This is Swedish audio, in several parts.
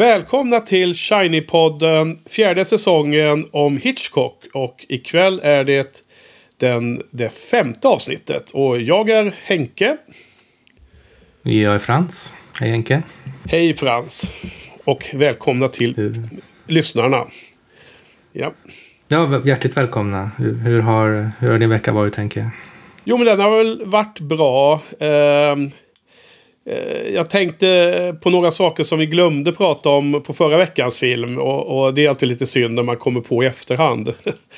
Välkomna till Shiny-podden, 4:e säsongen om Hitchcock. Och ikväll är det det 5:e avsnittet. Och jag är Henke. Jag är Frans. Hej Henke. Hej Frans. Och välkomna till lyssnarna. Ja, hjärtligt välkomna. Hur har din vecka varit, Henke? Jo, men den har väl varit bra. Jag tänkte på några saker som vi glömde prata om på förra veckans film. Och det är alltid lite synd när man kommer på i efterhand.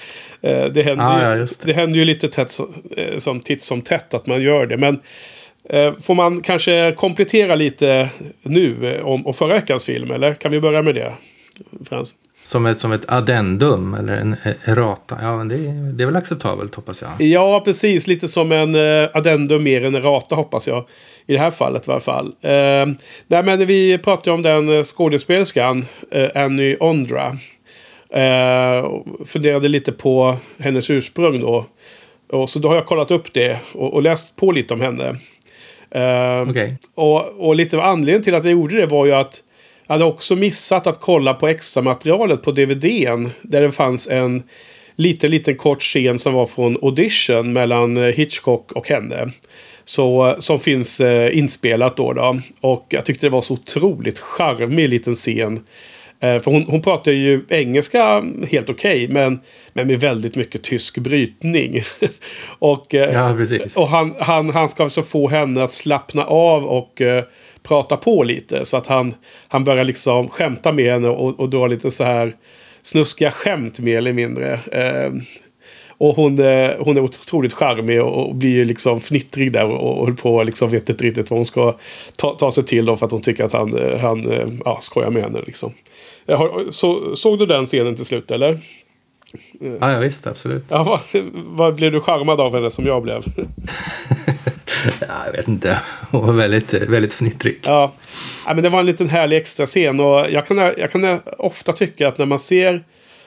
Det händer ju lite tätt som titt som tätt att man gör det. Men får man kanske komplettera lite nu om förra veckans film? Eller kan vi börja med det, Frans? Som ett addendum eller en errata. Ja, men det är väl acceptabelt, hoppas jag. Ja, precis. Lite som en addendum mer än en errata, hoppas jag. I det här fallet i varje fall. Nej, men vi pratade om den skådespelerskan Annie Ondra. Funderade lite på hennes ursprung då. Och så då har jag kollat upp det och läst på lite om henne. Okay. Och lite av anledningen till att jag gjorde det var ju att jag hade också missat att kolla på extra materialet på DVD:n. Där det fanns en liten kort scen som var från audition mellan Hitchcock och henne. Som finns inspelat då. Och jag tyckte det var så otroligt charmig liten scen. För hon pratar ju engelska helt okej, men med väldigt mycket tysk brytning. Ja, precis. Och han ska alltså få henne att slappna av och prata på lite. Så att han börjar liksom skämta med henne och dra lite så här snuskiga skämt mer eller mindre. Och hon är otroligt charmig och blir ju liksom fnittrig där och håller på liksom vet inte riktigt vad hon ska ta sig till då, för att hon tycker att han skojar med henne liksom. Såg du den scenen till slut, eller? Ja, visst, absolut. Ja, vad blev du charmad av henne som jag blev? Jag vet inte. Hon var väldigt, väldigt fnittrig. Ja, men det var en liten härlig extra scen. Och jag kan ofta tycka att när man ser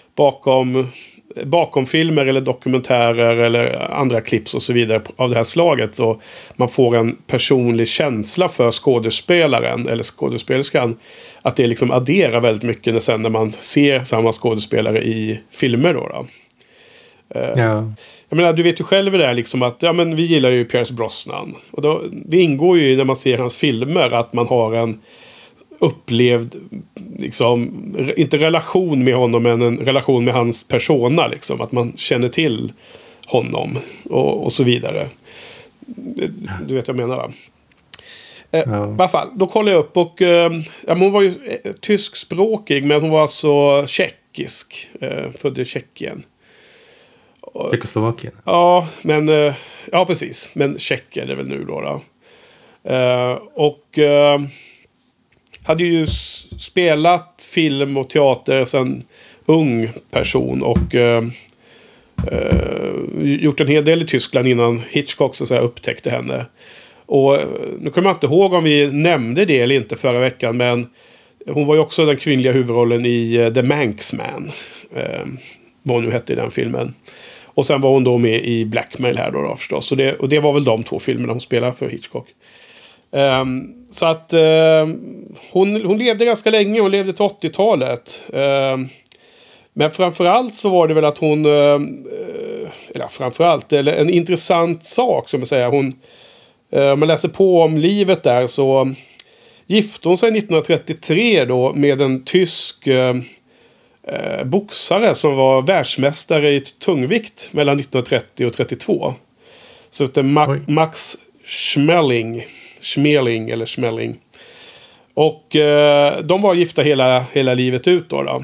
bakom filmer eller dokumentärer eller andra klipps och så vidare av det här slaget, och man får en personlig känsla för skådespelaren eller skådespelerskan, att det liksom adderar väldigt mycket när man ser samma skådespelare i filmer då. Ja. Jag menar, du vet ju själv det där liksom att men vi gillar ju Pierce Brosnan, och det ingår ju när man ser hans filmer att man har en upplevd liksom, inte relation med honom, men en relation med hans persona liksom, att man känner till honom och så vidare. Du vet vad jag menar, va? I alla fall, då kollade jag upp och hon var ju tyskspråkig, men hon var alltså tjeckisk, född i Tjeckien. Tjeckoslovakien. Ja, men precis, men tjeck är det väl nu då. Hade ju spelat film och teater sedan ung person och gjort en hel del i Tyskland innan Hitchcock så att säga upptäckte henne. Och nu kommer jag inte ihåg om vi nämnde det eller inte förra veckan, men hon var ju också den kvinnliga huvudrollen i The Manxman, vad hon nu hette i den filmen. Och sen var hon då med i Blackmail här då förstås. Och det var väl de två filmerna hon spelade för Hitchcock. Så att hon levde ganska länge. Hon levde till 80-talet. Men framförallt så var det väl att hon eller en intressant sak som jag säger. Om man läser på om livet där, så gifte hon sig 1933 då med en tysk boxare som var världsmästare i tungvikt mellan 1930 och 32. Så det är Max Schmeling. Och de var gifta hela livet ut då.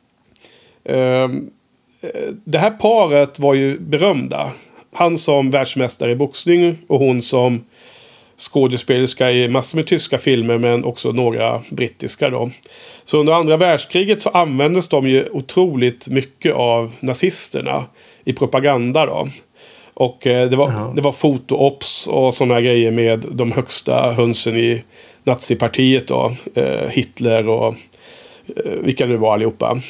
Det här paret var ju berömda. Han som världsmästare i boxning och hon som skådespelerska i massor med tyska filmer, men också några brittiska då. Så under andra världskriget så användes de ju otroligt mycket av nazisterna i propaganda då. Och det var fotoops och sådana grejer med de högsta hönsen i nazipartiet då. Hitler och vilka nu var allihopa.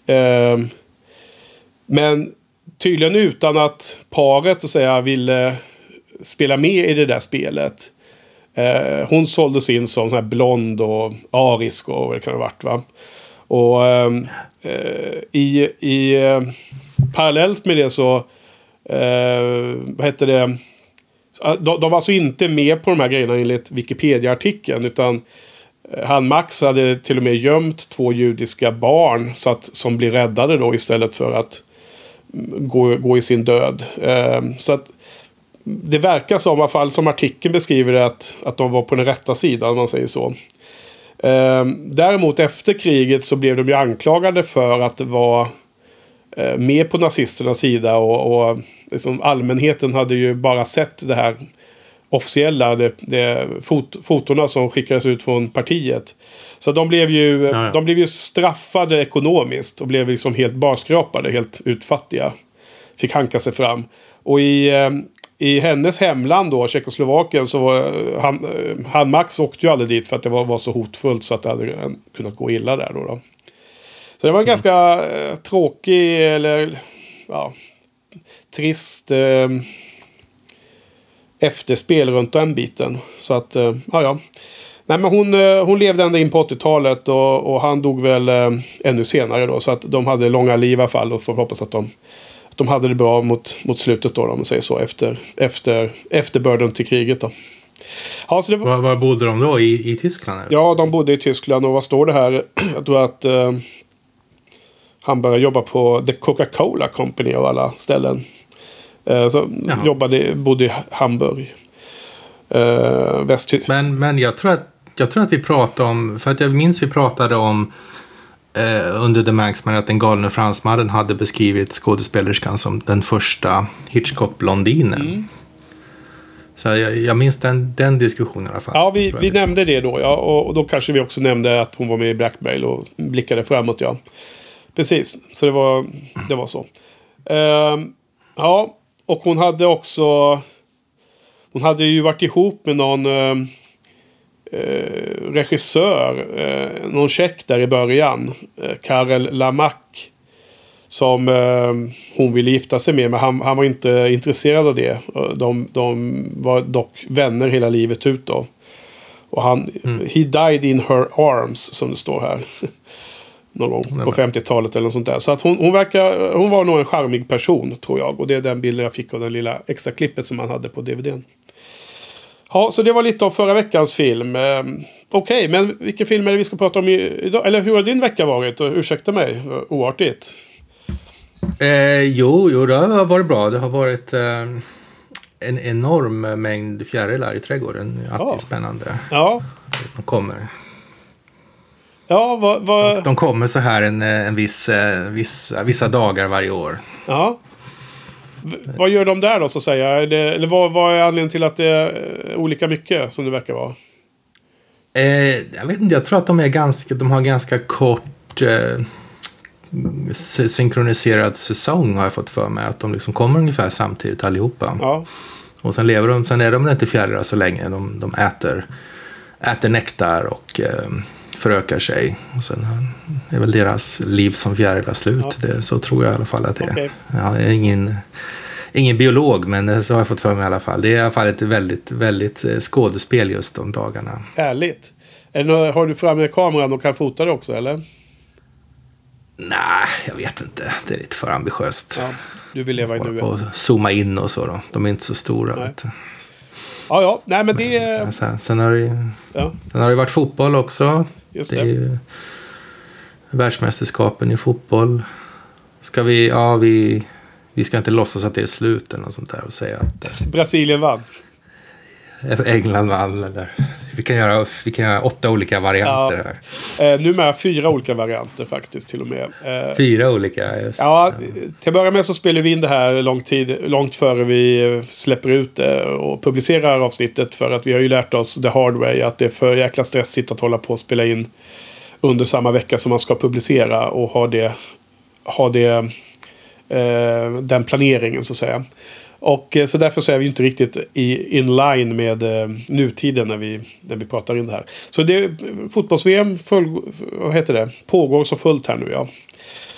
Men tydligen utan att paret så att säga ville spela med i det där spelet. Hon såldes in som sån här blond och arisk och vad det kan ha varit, va. Och parallellt med det så vad heter det, de var alltså inte med på de här grejerna enligt Wikipedia-artikeln, utan han Max hade till och med gömt 2 judiska barn som blir räddade då istället för att gå i sin död. Så att det verkar som, i alla fall som artikeln beskriver det, att de var på den rätta sidan, om man säger så. Däremot efter kriget så blev de ju anklagade för att vara med på nazisternas sida, och liksom allmänheten hade ju bara sett det här officiella, fotorna som skickades ut från partiet. Så de blev ju straffade ekonomiskt och blev liksom helt barskrapade, helt utfattiga. Fick hanka sig fram. Och i hennes hemland då, Tjeckoslovakien, så var han Max åkte ju aldrig dit för att det var så hotfullt så att det hade kunnat gå illa där då. Så det var en ganska tråkig, eller trist efterspel runt den biten. Så att, Nej, men hon levde ända in på 80-talet och han dog väl ännu senare då. Så att de hade långa liv i alla fall, och får hoppas att de hade det bra mot slutet då, om man säger så, efter början till kriget då. Ja, så var bodde de då? I Tyskland? Eller? Ja, de bodde i Tyskland, och vad står det här? Jag tror att han började jobba på The Coca-Cola Company av alla ställen. Så bodde i Hamburg. Västtyskland. Men jag tror att vi pratade om, för att jag minns vi pratade om under The Manxman att den galne fransmannen hade beskrivit skådespelerskan som den första Hitchcock-blondinen. Så jag minns den diskussionen i alla fall. Ja, vi nämnde det då, ja. Och då kanske vi också nämnde att hon var med i Blackmail och blickade framåt, ja. Precis, så det var så. Ja, och hon hade ju varit ihop med någon regissör, någon tjeck där i början, Karel Lamarck, som hon ville gifta sig med, men han var inte intresserad av det. De var dock vänner hela livet ut då. Och he died in her arms, som det står här. Någon gång på 50-talet eller något sånt där. Så att hon var nog en charmig person, tror jag. Och det är den bilden jag fick av den lilla extra klippet som man hade på DVDn. Ja, så det var lite av förra veckans film. Okej, men vilken film är det vi ska prata om idag? Eller hur har din vecka varit? Ursäkta mig, oartigt. Jo, det har varit bra. Det har varit en enorm mängd fjärilar i trädgården. Alltid spännande. Ja. De kommer. Ja, de kommer så här vissa dagar varje år. Ja. Vad gör de där då, så att säga? Eller vad är anledningen till att det är olika mycket som det verkar vara? Jag vet inte, jag tror att de har ganska kort synkroniserad säsong, har jag fått för mig. Att de liksom kommer ungefär samtidigt allihopa. Ja. Och sen är de inte fjärilar så länge. De äter nektar och förökar sig. Och sen är väl deras liv som fjärilar slut. Ja. Så tror jag i alla fall att det är. Okay. Jag är ingen biolog, men så har jag fått för mig i alla fall. Det är i alla fall ett väldigt, väldigt skådespel just de dagarna. Härligt. Har du framme kameran och kan fota det också, eller? Nej, jag vet inte. Det är lite för ambitiöst. Ja, du vill leva i nuet. Och zooma in och så då. De är inte så stora. Vet du. Ja. Nej, men det... Sen har det varit fotboll också. Just det. Det är ju världsmästerskapen i fotboll. Vi ska inte låtsas att det är slut eller något sånt där och säga att Brasilien vann. England vann. Eller. Vi kan göra 8 olika varianter här. Nu med 4 olika varianter faktiskt till och med. 4 olika, just. Ja, till att börja med så spelar vi in det här långt före vi släpper ut det och publicerar avsnittet, för att vi har ju lärt oss the hard way att det är för jäkla stressigt att hålla på och spela in under samma vecka som man ska publicera och ha den planeringen, så att säga. Och så därför så är vi inte riktigt in line med nutiden när vi pratar in det här. Så det fotbolls-VM pågår så fullt här nu, ja.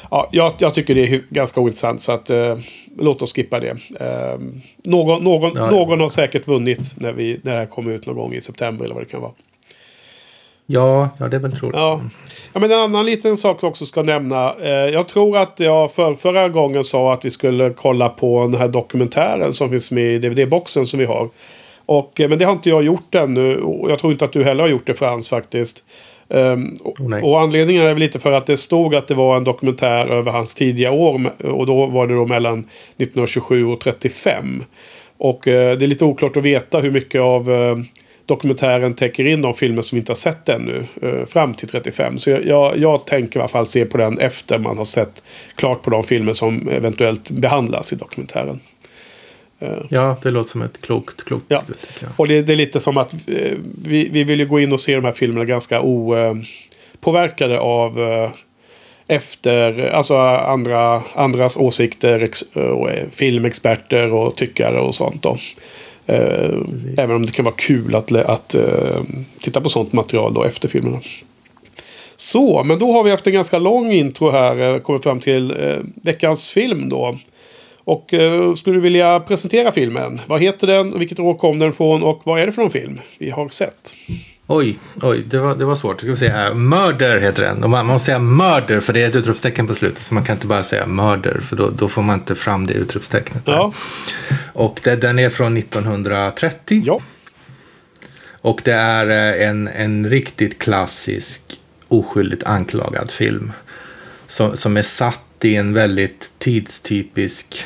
Ja, jag tycker det är ganska ointressant, så att låt oss skippa det. Någon har säkert vunnit när det här kommer ut någon gång i september eller vad det kan vara. Ja, det är väl troligt. Ja, men en annan liten sak också ska nämna. Jag tror att jag förra gången sa att vi skulle kolla på den här dokumentären som finns med i DVD-boxen som vi har. Men det har inte jag gjort ännu. Och jag tror inte att du heller har gjort det, Frans, faktiskt. Och anledningen är väl lite för att det stod att det var en dokumentär över hans tidiga år. Och då var det då mellan 1927 och 35. Och det är lite oklart att veta hur mycket av dokumentären täcker in de filmer som vi inte har sett ännu. Fram till 35. Så jag tänker i alla fall se på den efter man har sett klart på de filmer som eventuellt behandlas i dokumentären. Ja, det låter som ett klokt beslut. Ja. Och det är lite som att vi vill ju gå in och se de här filmerna ganska opåverkade av alltså andras åsikter och filmexperter och tyckare och sånt då. Även om det kan vara kul att titta på sånt material då efter filmerna. Så, men då har vi efter en ganska lång intro här kommit fram till veckans film då. Och skulle du vilja presentera filmen? Vad heter den? Och vilket år kom den från? Och vad är det för någon film vi har sett? Oj, det var svårt. Ska vi säga Murder heter den. Och man måste säga murder för det är ett utropstecken på slutet. Så man kan inte bara säga murder för då får man inte fram det utropstecknet. Ja. Och den är från 1930. Ja. Och det är en riktigt klassisk oskyldigt anklagad film. Som är satt i en väldigt tidstypisk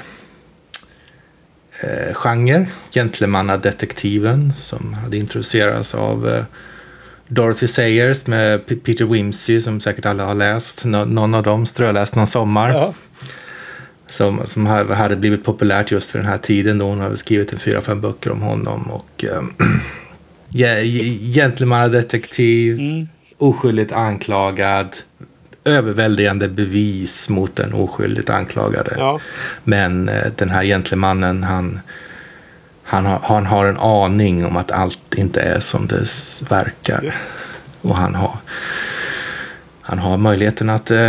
genre. Gentlemannadetektiven som hade introducerats av Dorothy Sayers med Peter Wimsey som säkert alla har läst. Någon av dem ströläst någon sommar. Ja. Som hade blivit populärt just för den här tiden då hon hade skrivit 4-5 böcker om honom. Och gentlemannadetektiv, oskyldigt anklagad, överväldigande bevis mot den oskyldigt anklagade. Ja. Men den här gentlemannen han har en aning om att allt inte är som det verkar. Yes. Och han har möjligheten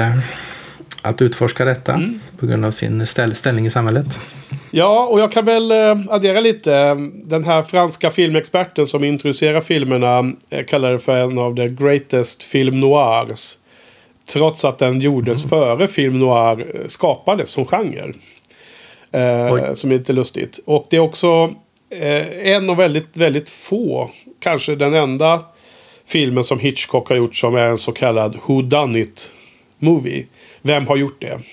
att utforska detta på grund av sin ställning i samhället. Ja, och jag kan väl addera lite. Den här franska filmexperten som introducerar filmerna kallar det för en av the greatest film noirs. Trots att den gjordes före film noir skapades som genre. Som är lite lustigt. Och det är också en av väldigt, väldigt få, kanske den enda filmen som Hitchcock har gjort som är en så kallad who done it movie. Vem har gjort det?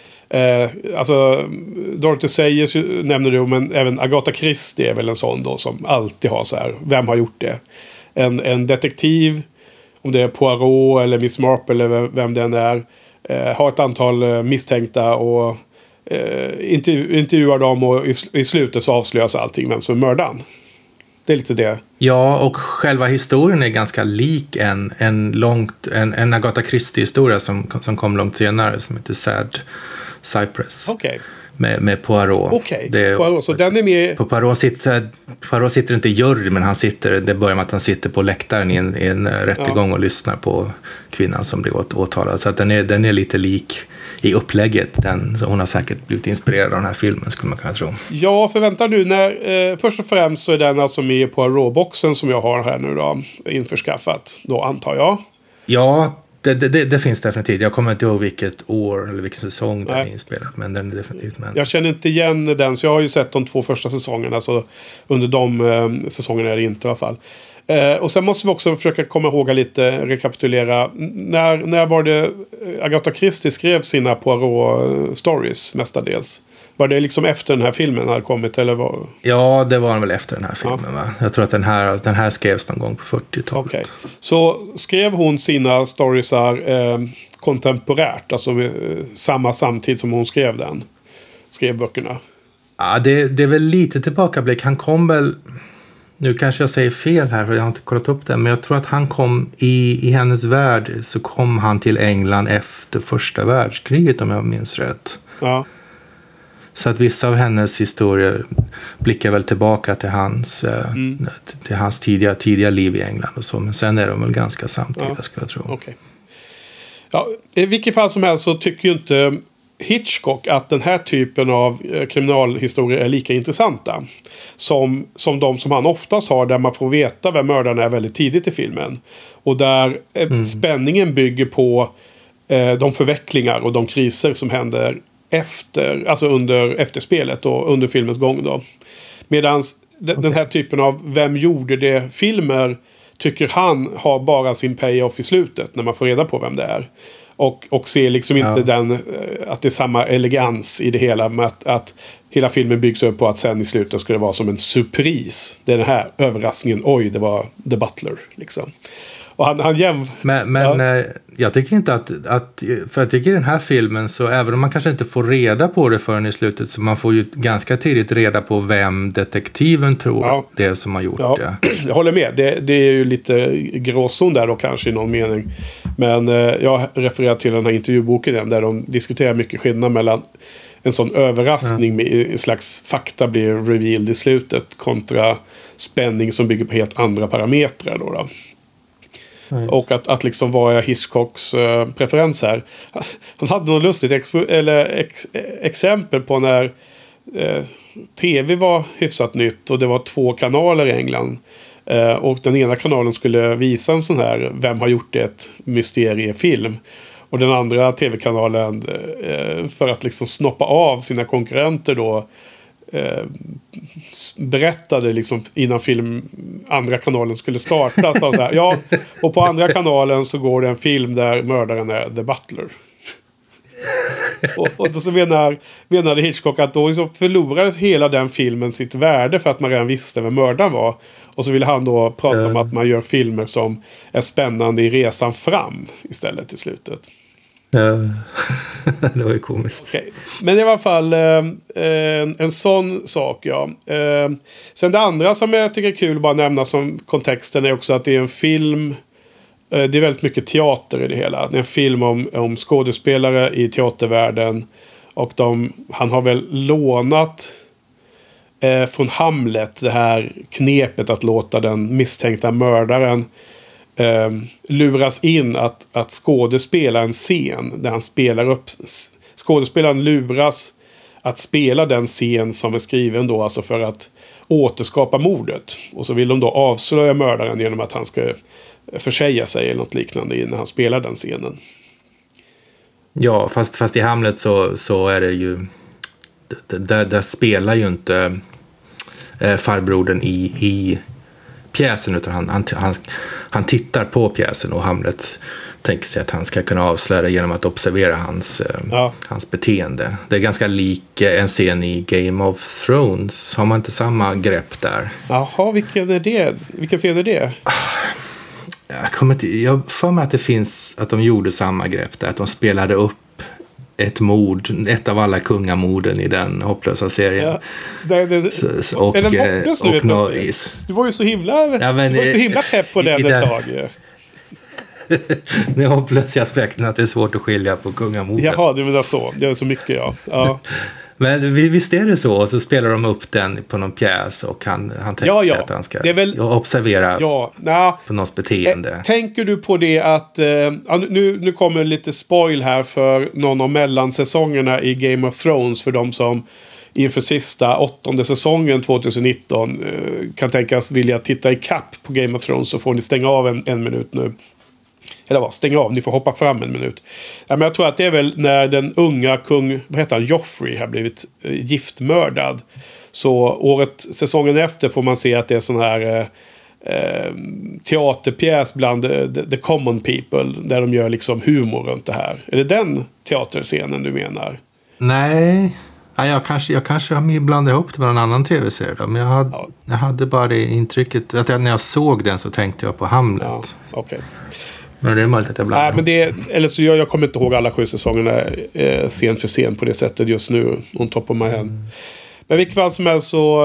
Alltså Dorothy Sayers nämner du, men även Agatha Christie är väl en sån då som alltid har så här, vem har gjort det? En detektiv, om det är Poirot eller Miss Marple eller vem den är, har ett antal misstänkta och intervjuar dem och i slutet så avslöjas allting vem som är mördaren. Det är lite det. Ja, och själva historien är ganska lik en Agatha Christie-historia som kom långt senare som heter Sad Cypress. Okej. Med Poirot. Okej, Poirot, så den är med... Poirot sitter inte i jury, men det börjar med att han sitter på läktaren i en rättegång och lyssnar på kvinnan som blir åtalad. Så att den är lite lik i upplägget. Så hon har säkert blivit inspirerad av den här filmen, skulle man kunna tro. Ja, förvänta nu. Först och främst så är den alltså med på Poirot-boxen som jag har här nu då, införskaffat, då antar jag. Ja, det finns definitivt. Jag kommer inte ihåg vilket år eller vilken säsong den är inspelad, men den är definitivt med. Jag känner inte igen den, så jag har ju sett de 2 första säsongerna, så under de säsongerna är det inte i alla fall. Och sen måste vi också försöka komma ihåg lite, rekapitulera. När var det Agatha Christie skrev sina Poirot-stories mestadels? Var det liksom efter den här filmen hade kommit? Eller vad? Ja, det var väl efter den här filmen. Va? Jag tror att den här skrevs någon gång på 40-talet. Okay. Så skrev hon sina storiesar kontemporärt? Alltså samma samtid som hon skrev böckerna? Ja, det är väl lite tillbakablick. Han kom väl... Nu kanske jag säger fel här, för jag har inte kollat upp det. Men jag tror att han kom i hennes värld, så kom han till England efter första världskriget, om jag minns rätt. Ja. Så att vissa av hennes historier blickar väl tillbaka till hans tidiga liv i England och så. Men sen är de väl ganska samtida, skulle jag tro. Okay. Ja, i vilket fall som helst så tycker ju inte Hitchcock att den här typen av kriminalhistorier är lika intressanta som de som han oftast har, där man får veta vem mördaren är väldigt tidigt i filmen. Och där spänningen bygger på de förvecklingar och de kriser som händer under efterspelet och under filmens gång då. Medan den här typen av vem gjorde det filmer tycker han har bara sin payoff i slutet när man får reda på vem det är. Och ser liksom inte att det är samma elegans i det hela med att hela filmen byggs upp på att sen i slutet ska det vara som en surpris. Det är den här överraskningen. Oj, det var The Butler liksom. Och Men jag tycker inte att för jag tycker i den här filmen så även om man kanske inte får reda på det förrän i slutet, så man får ju ganska tidigt reda på vem detektiven tror det är som har gjort det. Jag håller med. Det är ju lite gråzon där då kanske i någon mening. Men jag refererar till den här intervjuboken där de diskuterar mycket skillnad mellan en sån överraskning med en slags fakta blir revealed i slutet kontra spänning som bygger på helt andra parametrar då. Och att liksom vad är Hitchcocks preferens här. Han hade något lustigt exempel på när tv var hyfsat nytt och det var 2 kanaler i England. Och den ena kanalen skulle visa en sån här vem har gjort ett mysteriefilm. Och den andra tv-kanalen för att liksom snoppa av sina konkurrenter då berättade liksom innan andra kanalen skulle starta så här, ja, och på andra kanalen så går det en film där mördaren är The Butler. och då så menade Hitchcock att då så förlorades hela den filmen sitt värde för att man redan visste vem mördaren var. Och så ville han då prata om att man gör filmer som är spännande i resan fram istället i slutet. Det var ju komiskt. Okay. Men i alla fall en sån sak, ja. Sen det andra som jag tycker är kul att bara nämna som kontexten är också att det är en film. Det är väldigt mycket teater i det hela. Det är en film om skådespelare i teatervärlden. Och han har väl lånat från Hamlet det här knepet att låta den misstänkta mördaren luras in att skådespela en scen där han spelar upp. Skådespelaren luras att spela den scen som är skriven då, alltså för att återskapa mordet. Och så vill de då avslöja mördaren genom att han ska försäga sig eller något liknande när han spelar den scenen. Ja, fast i Hamlet så är det ju där spelar ju inte farbrodern i pjäsen, utan han tittar på pjäsen och Hamlet tänker sig att han ska kunna avslöja genom att observera hans beteende. Det är ganska lik en scen i Game of Thrones. Har man inte samma grepp där? Jaha, vilken är det? Vilken scen är det? Jag får med att det finns att de gjorde samma grepp där, att de spelade upp ett mord, ett av alla kungamorden i den hopplösa serien. Ja, är den hopplös nu? Och Norris. Du var ju så himla pepp på den ett tag. Det är hopplös i aspekten att det är svårt att skilja på kungamorden. Jaha, det var så. Det är så mycket, ja. Men visst är det så, och så spelar de upp den på någon pjäs och han tänker sig att han ska observera på någons beteende. Tänker du på det att nu kommer lite spoil här för någon av mellansäsongerna i Game of Thrones för de som inför sista 8:e säsongen 2019 kan tänkas vilja titta i kapp på Game of Thrones, så får ni stänga av en minut nu. Eller stäng av, ni får hoppa fram en minut. Ja, men jag tror att det är väl när den unga kung, vad heter han, Joffrey har blivit giftmördad. Så säsongen efter får man se att det är sån här teaterpjäs bland the common people, där de gör liksom humor runt det här. Är det den teaterscenen du menar? Nej, jag kanske har blandat ihop det med en annan tv-serie då, men jag hade bara det intrycket att när jag såg den så tänkte jag på Hamlet. Ja, okej. Men det är möjligt att jag blandar. Nej, men jag kommer inte ihåg alla 7 säsongerna scen för scen på det sättet just nu, on top of my head. Men vilket fall som helst så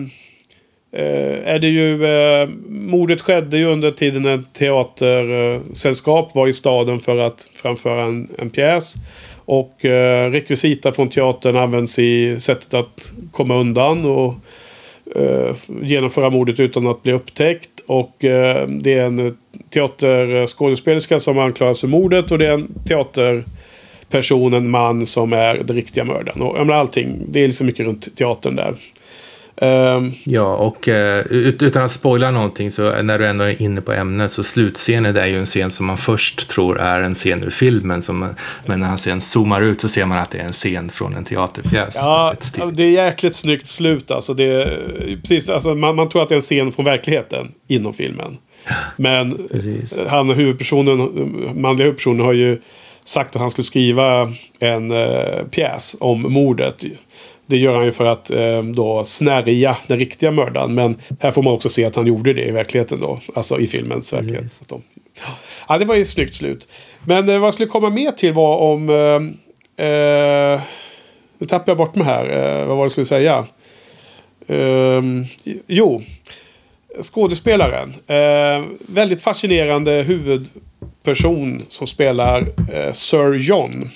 är det ju mordet skedde ju under tiden ett teatersällskap var i staden för att framföra en pjäs. Och rekvisita från teatern används i sättet att komma undan och genomföra mordet utan att bli upptäckt. Och det är en teaterskådespelerska som anklagas för mordet. Och det är en teaterperson, en man som är den riktiga mördaren. Och jag menar, allting, det är liksom mycket runt teatern där. Ja, och utan att spoila någonting, så när du ändå är inne på ämnet, så slutscenen är ju en scen som man först tror är en scen ur filmen, men när han sen zoomar ut så ser man att det är en scen från en teaterpjäs. Ja, det är jäkligt snyggt slut. Alltså det är, precis, alltså man tror att det är en scen från verkligheten inom filmen. Men manliga huvudpersonen har ju sagt att han skulle skriva en pjäs om mordet. Det gör han ju för att då snärja den riktiga mördaren. Men här får man också se att han gjorde det i verkligheten då. Alltså i filmens verklighet. Ja, det var ju ett snyggt slut. Men vad jag skulle komma med till var om... nu tappar jag bort mig här. Vad var det jag skulle säga? Skådespelaren. Väldigt fascinerande huvudperson som spelar Sir John.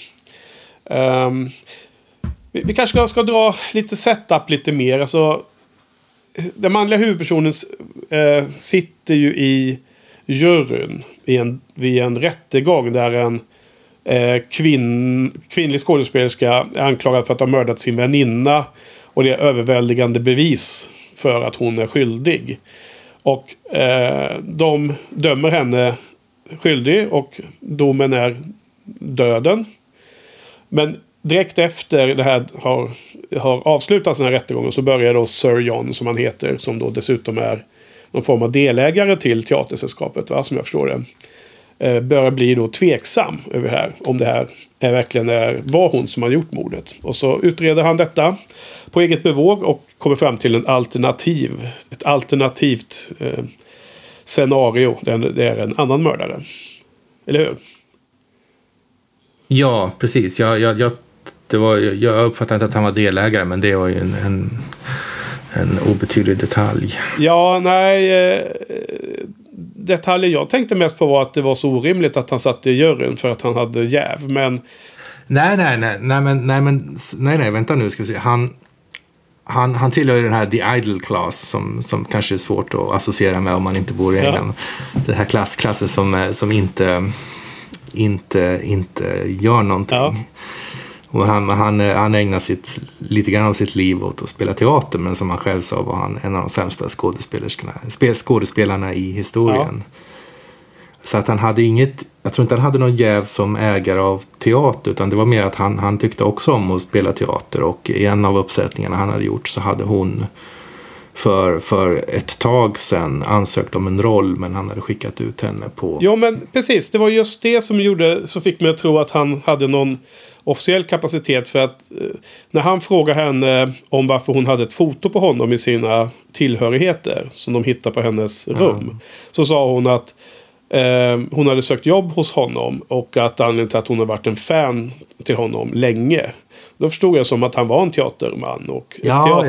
Vi kanske ska dra lite setup lite mer. Alltså, den manliga huvudpersonen sitter ju i juryn vid en rättegång där en kvinnlig skådespelerska är anklagad för att ha mördat sin väninna. Och det är överväldigande bevis för att hon är skyldig. Och de dömer henne skyldig och domen är döden. Men direkt efter det här har avslutats den här rättegången, så börjar då Sir John, som han heter, som då dessutom är någon form av delägare till teatersällskapet, som jag förstår det, börjar bli då tveksam över här, om det här var hon som har gjort mordet. Och så utreder han detta på eget bevåg och kommer fram till ett alternativt scenario där det är en annan mördare. Eller hur? Ja, precis. Jag uppfattade inte att han var delägare, men det var ju en obetydlig detalj. Ja, nej. Detaljer jag tänkte mest på var att det var så orimligt att han satt i juryn för att han hade jäv, men... Nej, vänta nu ska vi se. Han tillhör ju den här The Idle Class som kanske är svårt att associera med om man inte bor i England. Ja. Det här klassen som inte gör någonting. Ja. Och han ägnar lite grann av sitt liv åt att spela teater, men som han själv sa var han en av de sämsta skådespelarna i historien. Ja. Så att han hade jag tror inte han hade någon jäv som ägare av teater, utan det var mer att han tyckte också om att spela teater, och i en av uppsättningarna han hade gjort så hade hon för ett tag sedan ansökt om en roll, men han hade skickat ut henne på... Ja, men precis. Det var just det som fick mig att tro att han hade någon officiell kapacitet, för att när han frågade henne om varför hon hade ett foto på honom i sina tillhörigheter som de hittade på hennes rum, så sa hon att hon hade sökt jobb hos honom och att anledningen till att hon har varit en fan till honom länge. Då förstod jag som att han var en teaterman och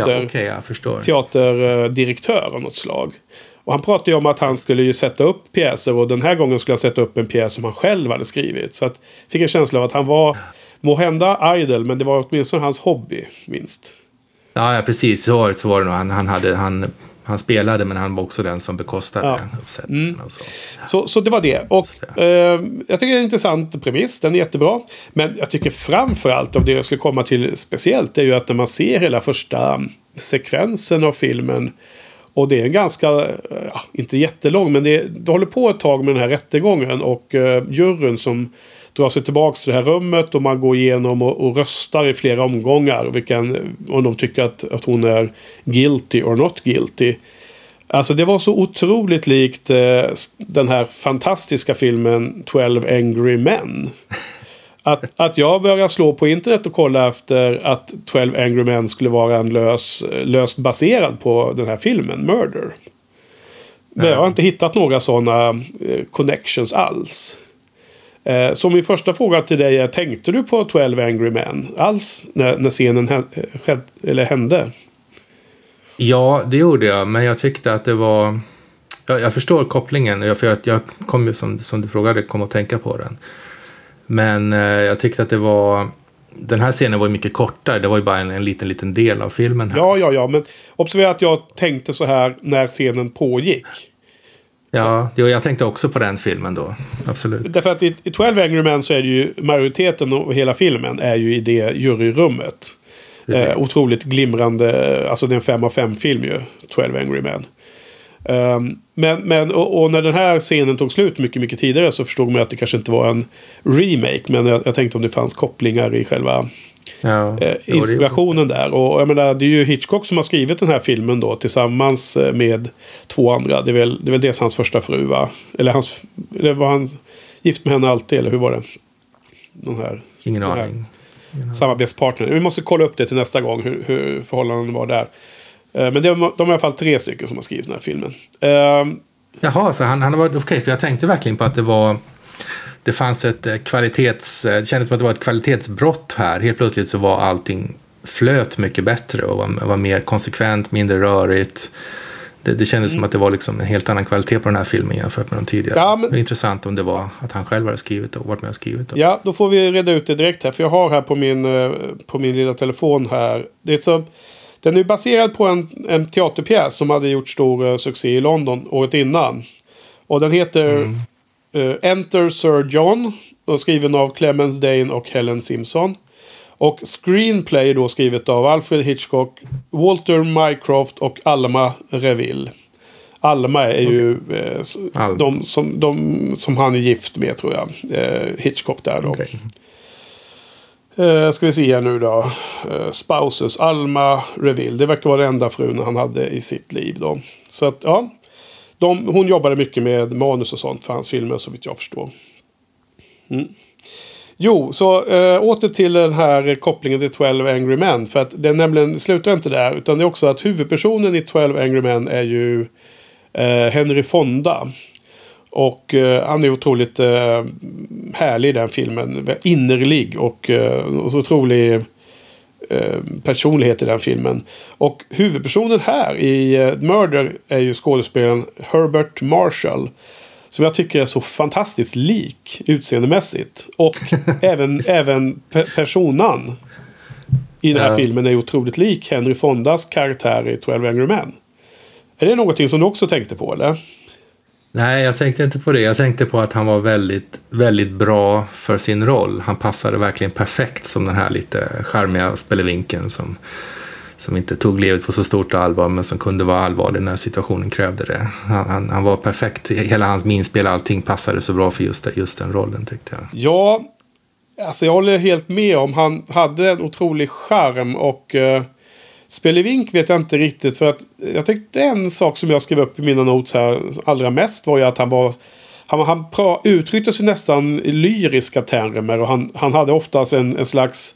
teaterdirektör av något slag. Och han pratade ju om att han skulle ju sätta upp pjäser, och den här gången skulle han sätta upp en pjäs som han själv hade skrivit. Så att fick en känsla av att han var måhända idle, men det var åtminstone hans hobby minst. Ja, precis. Så var det nog. Han spelade, men han var också den som bekostade uppsättningen. Så det var det. Och jag tycker det är en intressant premiss. Den är jättebra. Men jag tycker framförallt av det jag ska komma till speciellt är ju att när man ser hela första sekvensen av filmen, och det är en ganska, inte jättelång, men det håller på ett tag med den här rättegången, och juryn som drar sig tillbaka till det här rummet, och man går igenom och röstar i flera omgångar om de tycker att hon är guilty or not guilty. Alltså det var så otroligt likt den här fantastiska filmen 12 Angry Men. Att jag började slå på internet och kolla efter att 12 Angry Men skulle vara en löst baserad på den här filmen Murder. Men jag har inte hittat några sådana connections alls. Så min första fråga till dig är, tänkte du på 12 Angry Men alls när scenen hände? Ja, det gjorde jag, men jag tyckte att det var... Jag förstår kopplingen, för jag kom ju som du frågade, kom att tänka på den. Men jag tyckte att det var den här scenen var ju mycket kortare. Det var ju bara en liten del av filmen här. Ja, men observera att jag tänkte så här när scenen pågick. Ja, jag tänkte också på den filmen då. Absolut. Därför att i 12 Angry Men så är det ju majoriteten av hela filmen är ju i det juryrummet. Otroligt glimrande, alltså det är en 5 av 5 film ju, 12 Angry Men. Men när den här scenen tog slut mycket tidigare så förstod man att det kanske inte var en remake, men jag tänkte om det fanns kopplingar i själva inspirationen där. Och jag menar, det är ju Hitchcock som har skrivit den här filmen då tillsammans med 2 andra. Det är väl dels hans första fru, va? Eller var han gift med henne alltid, eller hur var det? Ingen aning. Samarbetspartner. Vi måste kolla upp det till nästa gång hur förhållanden var där. Men de är i alla fall 3 stycken som har skrivit den här filmen. Jaha, så han var okej, för jag tänkte verkligen på att det fanns ett det kändes som att det var ett kvalitetsbrott här. Helt plötsligt så var allting flöt mycket bättre och var mer konsekvent, mindre rörigt. Det kändes som att det var liksom en helt annan kvalitet på den här filmen jämfört med de tidigare. Ja, men det är intressant om det var att han själv hade skrivit och varit med och skrivit. Ja, då får vi reda ut det direkt här. För jag har här på min lilla telefon här. Den är baserad på en teaterpjäs som hade gjort stor succé i London året innan. Och den heter Enter Sir John. Och skriven av Clemence Dane och Helen Simpson. Och screenplay då skrivet av Alfred Hitchcock, Walter Mycroft och Alma Reville. Alma är ju de som han är gift med, tror jag. Hitchcock där då. Okay. Ska vi se här nu då. Spouses, Alma Reville. Det verkar vara den enda frun han hade i sitt liv då. Så att ja. Hon jobbade mycket med manus och sånt för hans filmer, så vitt jag förstår. Jo, så åter till den här kopplingen till 12 Angry Men. För att det nämligen slutar inte där. Utan det är också att huvudpersonen i 12 Angry Men är ju Henry Fonda. Och han är otroligt härlig i den filmen. Innerlig och så otrolig personlighet i den filmen. Och huvudpersonen här i Murder är ju skådespelaren Herbert Marshall. Som jag tycker är så fantastiskt lik utseendemässigt. Och även personan i den här filmen är otroligt lik Henry Fondas karaktär i 12 Angry Men. Är det någonting som du också tänkte på, eller? Nej, jag tänkte inte på det. Jag tänkte på att han var väldigt, väldigt bra för sin roll. Han passade verkligen perfekt som den här lite charmiga spelevinken som inte tog livet på så stort allvar, men som kunde vara allvarlig när situationen krävde det. Han var perfekt. Hela hans minspel, allting passade så bra för just den rollen, tyckte jag. Ja, alltså jag håller helt med om. Han hade en otrolig charm och spelevink vet jag inte riktigt, för att jag tyckte en sak som jag skrev upp i mina notes här allra mest var ju att han uttryckte sig nästan i lyriska termer, och han hade oftast en slags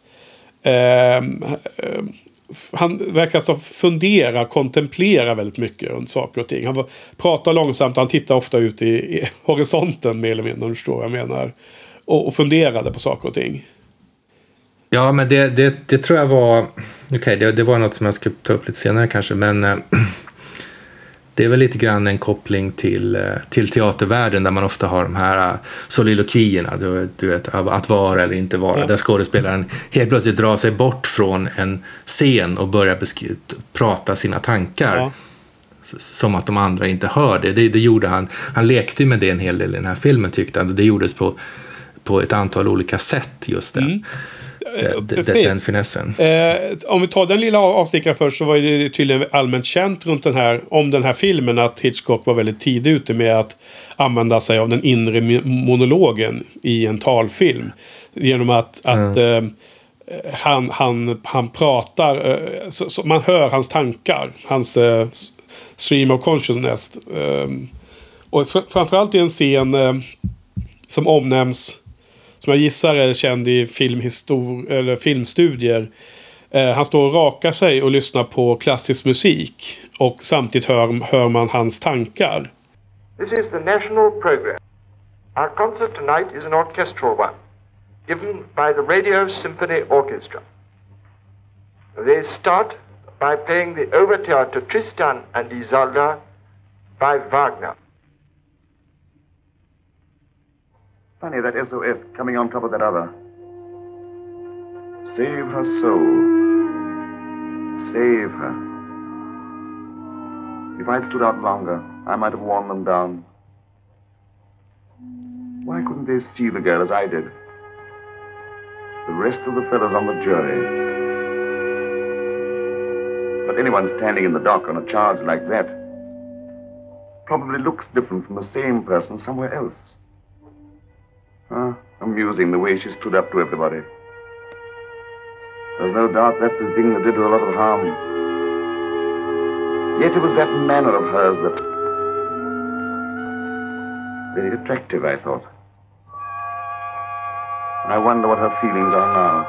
han verkar så kontemplera väldigt mycket runt saker och ting. Han pratar långsamt, han tittar ofta ut i horisonten mer eller mindre, om du förstår vad jag menar, och funderade på saker och ting. Ja, men det tror jag var okej, det var något som jag ska ta upp lite senare kanske, men det är väl lite grann en koppling till teatervärlden, där man ofta har de här solilokierna, du vet, att vara eller inte vara, där skådespelaren helt plötsligt drar sig bort från en scen och börjar prata sina tankar som att de andra inte hör det. Det gjorde han lekte med det en hel del i den här filmen, tyckte han, och det gjordes på ett antal olika sätt, just det. Den finessen. Om vi tar den lilla avstickaren först, så var det tydligen allmänt känt runt om den här filmen att Hitchcock var väldigt tidigt ute med att använda sig av den inre monologen i en talfilm, genom att han pratar så man hör hans tankar, hans stream of consciousness, och framförallt i en scen som omnämns, som jag gissar är känd i filmstudier. Han står och rakar sig och lyssnar på klassisk musik. Och samtidigt hör man hans tankar. This is the national program. Our concert tonight is an orchestral one, given by the Radio Symphony Orchestra. They start by playing the overture to Tristan and Isolde by Wagner. Funny, that SOS coming on top of that other. Save her soul. Save her. If I'd stood out longer, I might have worn them down. Why couldn't they see the girl as I did? The rest of the fellows on the jury. But anyone standing in the dock on a charge like that probably looks different from the same person somewhere else. Amusing the way she stood up to everybody. There's no doubt that's the thing that did her a lot of harm. Yet it was that manner of hers that... very attractive, I thought. I wonder what her feelings are now.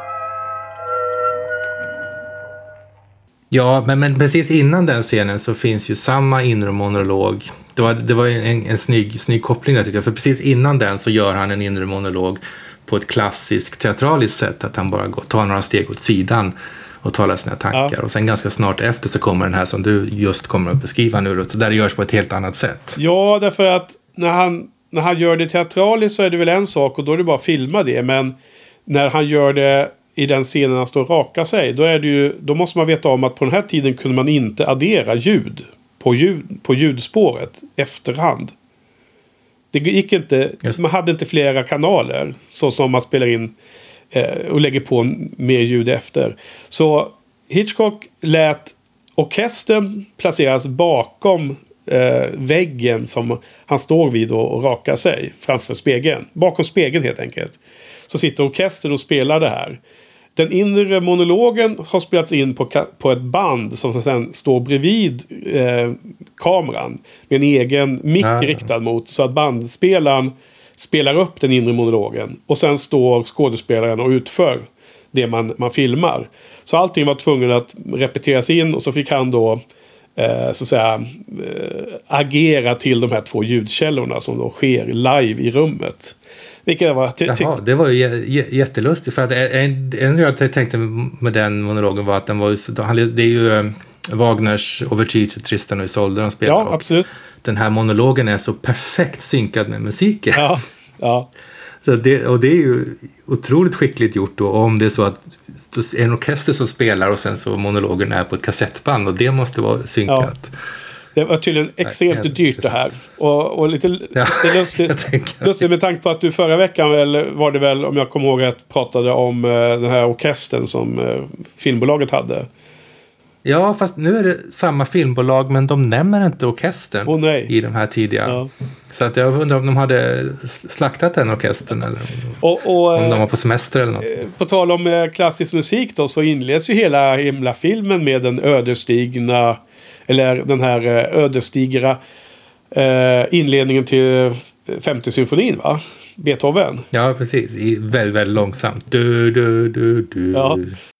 Ja, men precis innan den scenen så finns ju samma inre monolog. Det var en snygg koppling där, tycker jag. För precis innan den så gör han en inre monolog på ett klassiskt teatraliskt sätt. Att han bara tar några steg åt sidan och talar sina tankar. Ja. Och sen ganska snart efter så kommer den här som du just kommer att beskriva nu. Så där det görs på ett helt annat sätt. Ja, därför att när han gör det teatraliskt så är det väl en sak och då är det bara att filma det. Men när han gör det i den scenen han står och rakar sig, då måste man veta om att på den här tiden kunde man inte addera ljud på ljudspåret efterhand. Det gick inte, man hade inte flera kanaler så som man spelar in och lägger på mer ljud efter. Så Hitchcock lät orkestern placeras bakom väggen som han står vid och rakar sig framför spegeln. Bakom spegeln helt enkelt. Så sitter orkestern och spelar det här. Den inre monologen har spelats in på ett band som sen står bredvid kameran med en egen mick riktad mot, så att bandspelaren spelar upp den inre monologen och sen står skådespelaren och utför det man filmar. Så allting var tvungen att repeteras in och så fick han då så att säga agera till de här två ljudkällorna som då sker live i rummet. Vilket var Jaha, det var ju jättelustigt, för att en jag tänkte med den monologen var att den var ju, det är ju Wagners Overture till Tristan och Isolde de spelar. Ja, absolut. Den här monologen är så perfekt synkad med musiken. Ja. Så det är ju otroligt skickligt gjort då, om det är så att en orkester som spelar och sen så monologen är på ett kassettband och det måste vara synkat. Ja. Det var tydligen extremt dyrt det här. Och lite lustigt med tanke på att du förra veckan var det väl, om jag kommer ihåg att pratade om den här orkestern som filmbolaget hade. Ja, fast nu är det samma filmbolag men de nämner inte orkestern i de här tidiga. Ja. Så att jag undrar om de hade slaktat den orkestern eller om de var på semester eller något. På tal om klassisk musik då, så inleds ju hela filmen med den ödesdigra inledningen till 50 symfonin, va? Beethoven. Ja, precis. Väldigt, väldigt långsamt. Du. Ja.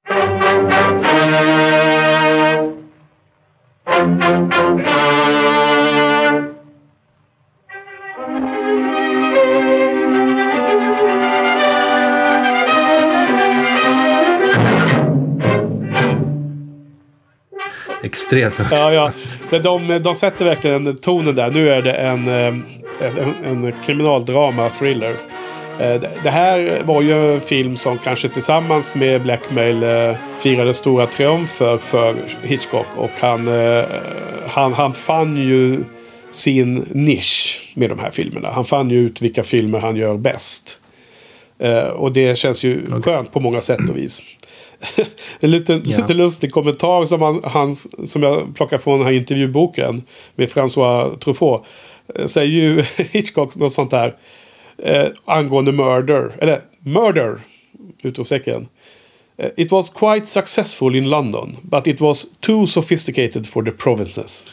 Extremt. Ja. Men de sätter verkligen tonen där. Nu är det en kriminaldrama, thriller. Det här var ju en film som kanske tillsammans med Blackmail firade stora triumfer för Hitchcock. Och han fann ju sin nisch med de här filmerna. Han fann ju ut vilka filmer han gör bäst. Och det känns ju skönt på många sätt och vis. En lite lustig kommentar som jag plockar från den här intervjuboken med François Truffaut. Säger ju Hitchcock något sånt här angående murder utropstecken. It was quite successful in London, but it was too sophisticated for the provinces.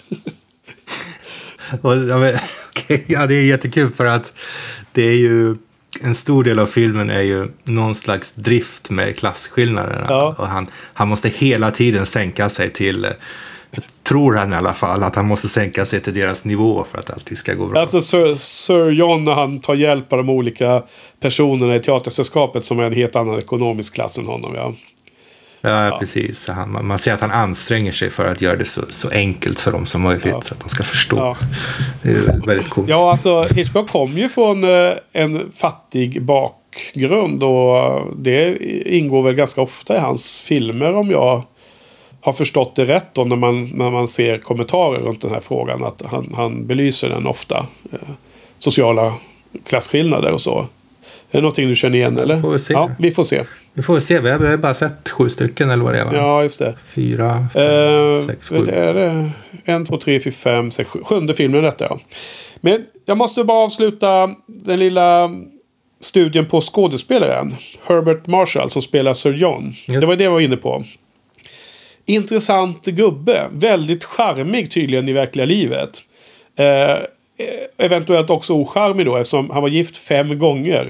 Ja, det är jättekul för att det är ju en stor del av filmen är ju någon slags drift med klasskillnaderna. Ja. Och han måste hela tiden sänka sig till, tror han i alla fall, att han måste sänka sig till deras nivå för att allting ska gå bra. Alltså Sir John, när han tar hjälp av de olika personerna i teatersällskapet som är en helt annan ekonomisk klass än honom, ja. Ja, precis. Man ser att han anstränger sig för att göra det så enkelt för dem som möjligt så att de ska förstå. Ja. Det är väldigt coolt. Ja, alltså Hitchcock kom ju från en fattig bakgrund och det ingår väl ganska ofta i hans filmer om jag har förstått det rätt då när man ser kommentarer runt den här frågan att han belyser den ofta. Sociala klasskillnader och så. Är det någonting du känner igen eller? Får vi se. Ja, vi får se. Vi får se. Vi har bara sett 7 stycken eller vad det är, va? Ja, just det. 4, 5, 6, 7. Är det 1, 2, 3, 4, 5, 6, 7. 7:e filmen detta, ja. Men jag måste bara avsluta den lilla studien på skådespelaren. Herbert Marshall som spelar Sir John. Ja. Det var det jag var inne på. Intressant gubbe. Väldigt charmig tydligen i verkliga livet. Eventuellt också ocharmig då eftersom han var gift 5 gånger.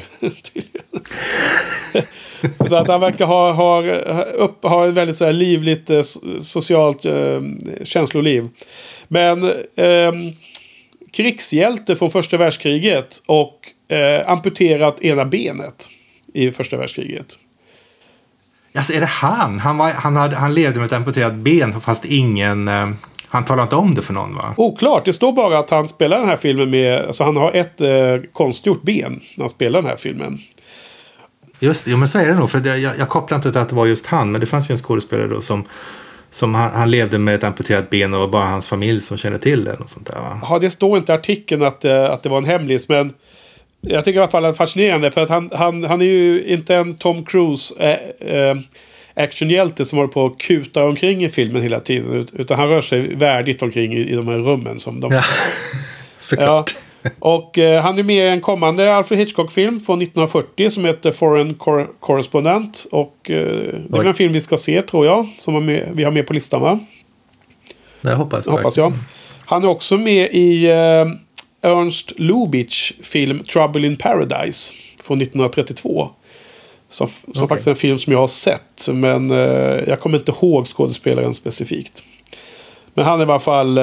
Så att han verkar ha ett väldigt så här livligt socialt känsloliv. Men krigshjälte från första världskriget och amputerat ena benet i första världskriget. Alltså är det han? Han levde med ett amputerat ben fast ingen... Han talade inte om det för någon, va? Oklart. Det står bara att han spelar den här filmen med... Alltså han har ett konstgjort ben när han spelar den här filmen. Just det, men så är det nog. För jag kopplar inte till att det var just han. Men det fanns ju en skådespelare då som han levde med ett amputerat ben och var bara hans familj som kände till det. Och sånt där, va? Ja, det står inte i artikeln att det var en hemlis. Men jag tycker i alla fall att det är fascinerande. För att han är ju inte en Tom Cruise... actionhjälte som håller på att kuta omkring i filmen hela tiden. Utan han rör sig värdigt omkring i de här rummen som de... Ja, såklart. Ja. Och han är med i en kommande Alfred Hitchcock-film från 1940 som heter Foreign Correspondent. Och det är en film vi ska se, tror jag. Som vi har med på listan, va? Det hoppas jag. Han är också med i Ernst Lubitsch film Trouble in Paradise från 1932. Som faktiskt är en film som jag har sett. Men jag kommer inte ihåg skådespelaren specifikt. Men han är i alla fall...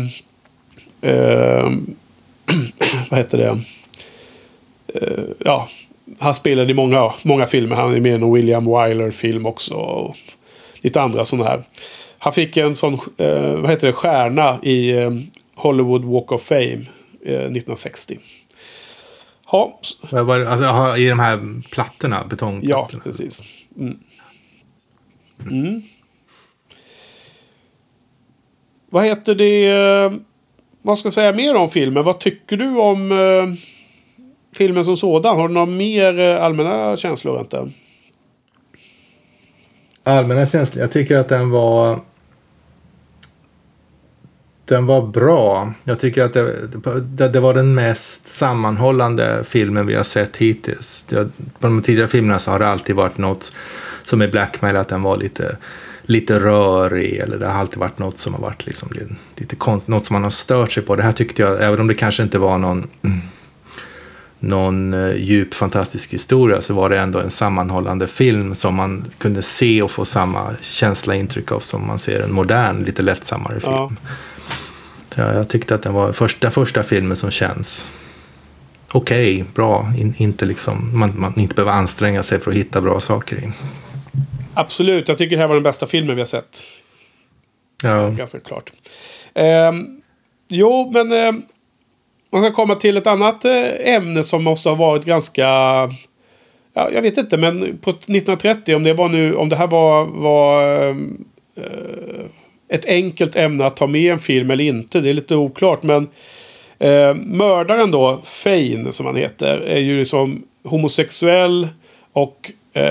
vad heter det? Han spelade i många filmer. Han är med i en William Wyler-film också. Och lite andra sådana här. Han fick en sån stjärna i Hollywood Walk of Fame 1960. Ja. Alltså, i de här plattorna, betongplattorna. Ja, precis. Vad heter det? Vad ska jag säga mer om filmen? Vad tycker du om filmen som sådan? Har du några mer allmänna känslor inte? Allmänna känslor? Jag tycker att den var bra. Jag tycker att det var den mest sammanhållande filmen vi har sett hittills. På de tidigare filmerna så har det alltid varit något som är Blackmail, att den var lite rörig, eller det har alltid varit något som har varit liksom lite konstigt, något som man har stört sig på. Det här tyckte jag, även om det kanske inte var någon djup fantastisk historia, så var det ändå en sammanhållande film som man kunde se och få samma känsla, intryck av som man ser en modern, lite lättsammare film. Ja. Jag tyckte att den var den första filmen som känns okej, bra. Inte liksom, man inte behöver anstränga sig för att hitta bra saker i. Absolut, jag tycker det här var den bästa filmen vi har sett. Ja. Ganska klart. Men man ska komma till ett annat ämne som måste ha varit ganska... Ja, jag vet inte, men på 1930, om det här var ett enkelt ämne att ta med en film eller inte, det är lite oklart, men mördaren då, Fane som han heter, är ju liksom homosexuell och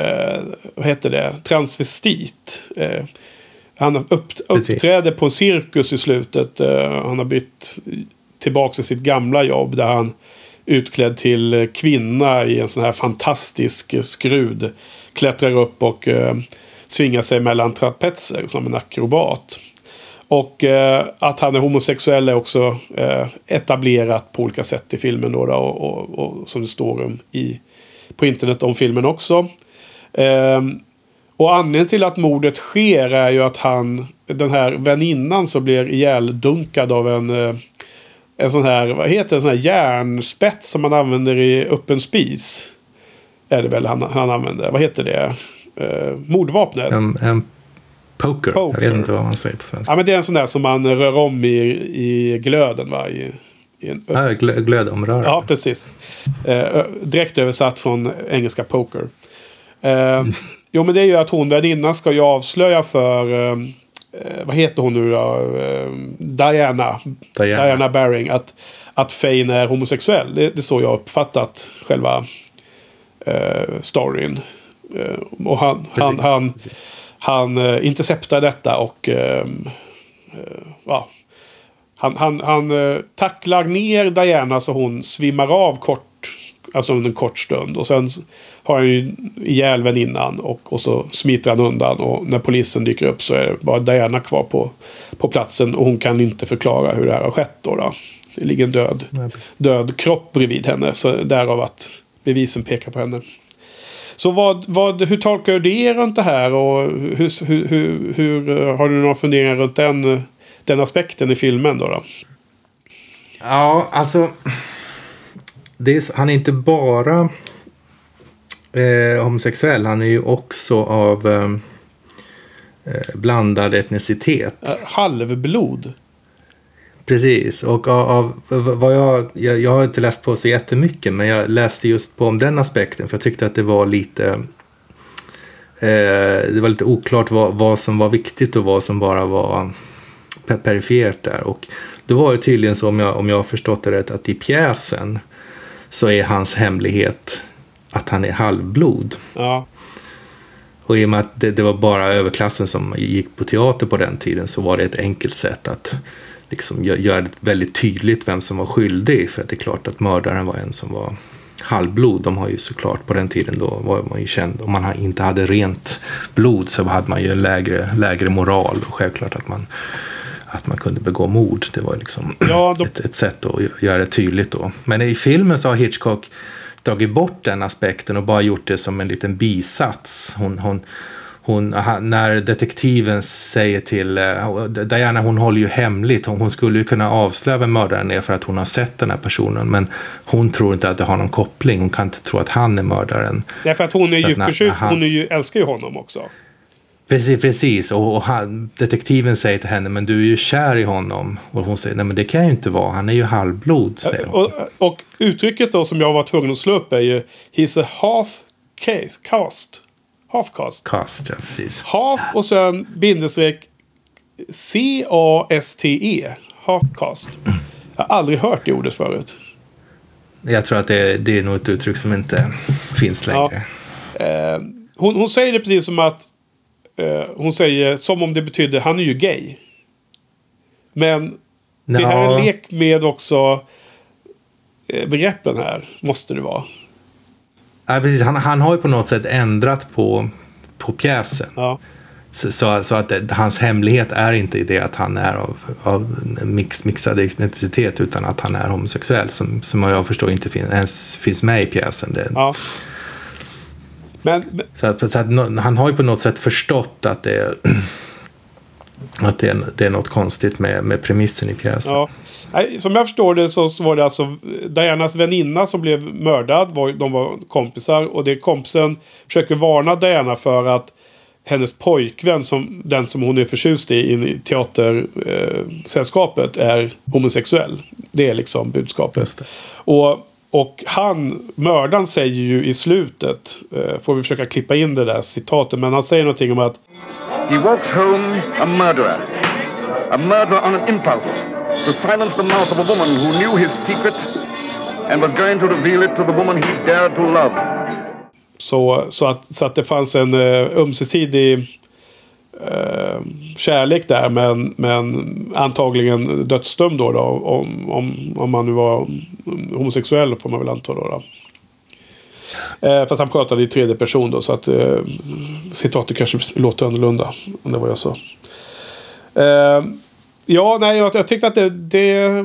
transvestit. Han uppträder på en cirkus i slutet. Han har bytt tillbaka till sitt gamla jobb där han utklädd till kvinna i en sån här fantastisk skrud klättrar upp och svingar sig mellan trapetser som en akrobat. Och att han är homosexuell är också etablerat på olika sätt i filmen då, och som det står på internet om filmen också. Och anledningen till att mordet sker är ju att den här väninnan som blir ihjäldunkad av en sån här, vad heter det, en sån här järnspett som man använder i öppen spis. Är det väl han använder? Vad heter det? Mordvapnet. En poker. Jag vet inte vad man säger på svenska. Ja, men det är en sån där som man rör om i glöden, va? I Glödomrörande. Ja, precis. Direkt översatt från engelska poker. Jo, men det är ju att hon värdinnan ska ju avslöja för vad heter hon nu då? Diana Baring att Fane är homosexuell. Det är så jag har uppfattat själva storyn. Och han interceptar detta och han tacklar ner Diana så hon svimmar av under en kort stund. Och sen har han ju ihjäl väninnan och så smiter han undan. Och när polisen dyker upp så är det bara Diana kvar på platsen. Och hon kan inte förklara hur det här har skett då. Det ligger en död kropp bredvid henne. Så därav att bevisen pekar på henne. Så hur tolkar du det runt det här? Och hur har du några funderingar runt den aspekten i filmen då? Ja, alltså han är inte bara homosexuell. Han är ju också av blandad etnicitet. Halvblod. Precis. Och vad jag har inte läst på så jättemycket, men jag läste just på om den aspekten. För jag tyckte att det var lite oklart vad som var viktigt och vad som bara var perifert där. Och det var ju tydligen så, om jag har förstått det rätt, att i pjäsen så är hans hemlighet att han är halvblod. Ja. Och i och med att det var bara överklassen som gick på teater på den tiden, så var det ett enkelt sätt att liksom göra det väldigt tydligt vem som var skyldig. För att det är klart att mördaren var en som var halvblod. De har ju såklart på den tiden, då var man ju känd. Om man inte hade rent blod så hade man ju en lägre moral. Och självklart att man kunde begå mord. Det var liksom ett sätt att göra det tydligt då. Men i filmen så har Hitchcock tagit bort den aspekten och bara gjort det som en liten bisats. När detektiven säger till Diana, hon håller ju hemligt. Hon skulle ju kunna avslöja mördaren är för att hon har sett den här personen. Men hon tror inte att det har någon koppling. Hon kan inte tro att han är mördaren. Därför att hon är ju förtjust. Hon älskar ju honom också. Precis. Och detektiven säger till henne, men du är ju kär i honom. Och hon säger, nej men det kan jag ju inte vara. Han är ju halvblod, säger hon. Och uttrycket då som jag var tvungen att slå upp är ju he's a half-caste. Cast, ja, precis. Half och sen bindestreck C-A-S-T-E. Half-cast. Jag har aldrig hört det ordet förut. Jag tror att det är nog ett uttryck som inte finns längre. Ja. Hon säger det precis som att hon säger som om det betyder han är ju gay. Men det här är en lek med också begreppen här. Måste det vara. Ja, precis. Han har ju på något sätt ändrat på pjäsen. Ja. Så att hans hemlighet är inte i det att han är av mixad identitet, utan att han är homosexuell. Som jag förstår inte ens finns med i pjäsen. Ja. Så att han har ju på något sätt förstått att det är något konstigt med premissen i pjäsen. Ja. Som jag förstår det så var det alltså Dianas väninna som blev mördad. De var kompisar. Och det kompisen försöker varna Diana för att hennes pojkvän, den som hon är förtjust i teatersällskapet, är homosexuell. Det är liksom budskapet. Just det. Och mördaren säger ju i slutet, får vi försöka klippa in det där citatet, men han säger någonting om att he walks home a murderer on an impulse to silence the mouth of a woman who knew his secret and was going to reveal it to the woman he dared to love. Så att det fanns en ömsesidig kärlek där, men antagligen dödsdömd då om man nu var homosexuell, får man väl anta då. Fast han pratade i tredje person då, så att citatet kanske låter annorlunda om det var jag så. Jag tyckte att det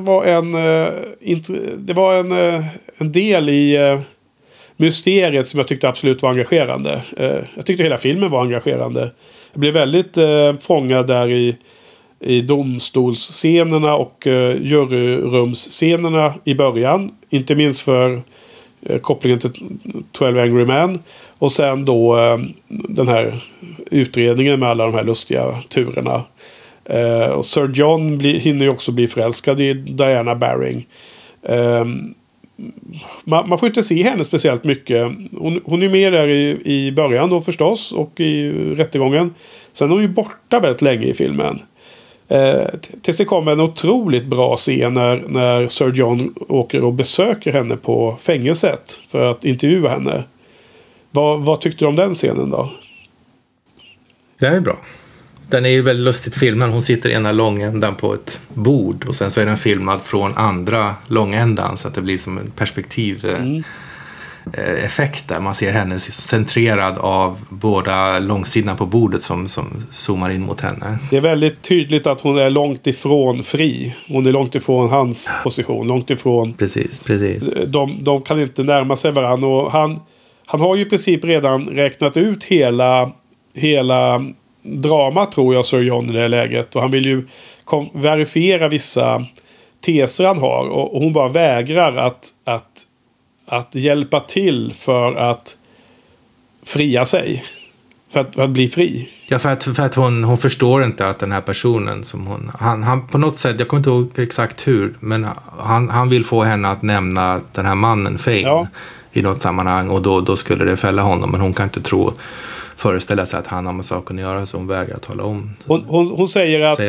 var en del i mysteriet som jag tyckte absolut var engagerande. Jag tyckte hela filmen var engagerande. Jag blev väldigt fångad där i domstolsscenerna och juryrumsscenerna i början. Inte minst för kopplingen till 12 Angry Men. Och sen då den här utredningen med alla de här lustiga turerna. Och Sir John hinner ju också bli förälskad i Diana Baring. Man får inte se henne speciellt mycket. Hon är med där i början då förstås och i rättegången. Sen är hon ju borta väldigt länge i filmen. Tills det kommer en otroligt bra scen när Sir John åker och besöker henne på fängelset för att intervjua henne. Vad tyckte du om den scenen då? Den är bra. Den är ju väldigt lustigt filmad. Hon sitter i ena långändan på ett bord och sen så är den filmad från andra långändan så att det blir som en perspektiv effekt där. Man ser henne centrerad av båda långsidan på bordet som zoomar in mot henne. Det är väldigt tydligt att hon är långt ifrån fri. Hon är långt ifrån hans position. Långt ifrån... Precis. De kan inte närma sig varandra. Och han har ju i princip redan räknat ut hela drama, tror jag, Sir John i det här läget. Och han vill ju verifiera vissa teser han har. Och hon bara vägrar att hjälpa till för att fria sig. För att bli fri. Ja, för att hon förstår inte att den här personen som han på något sätt, jag kommer inte ihåg exakt hur, men han vill få henne att nämna den här mannen Fane i något sammanhang och då skulle det fälla honom, men hon kan inte föreställa sig att han har med saken att göra, så hon vägrar att tala om. Hon säger att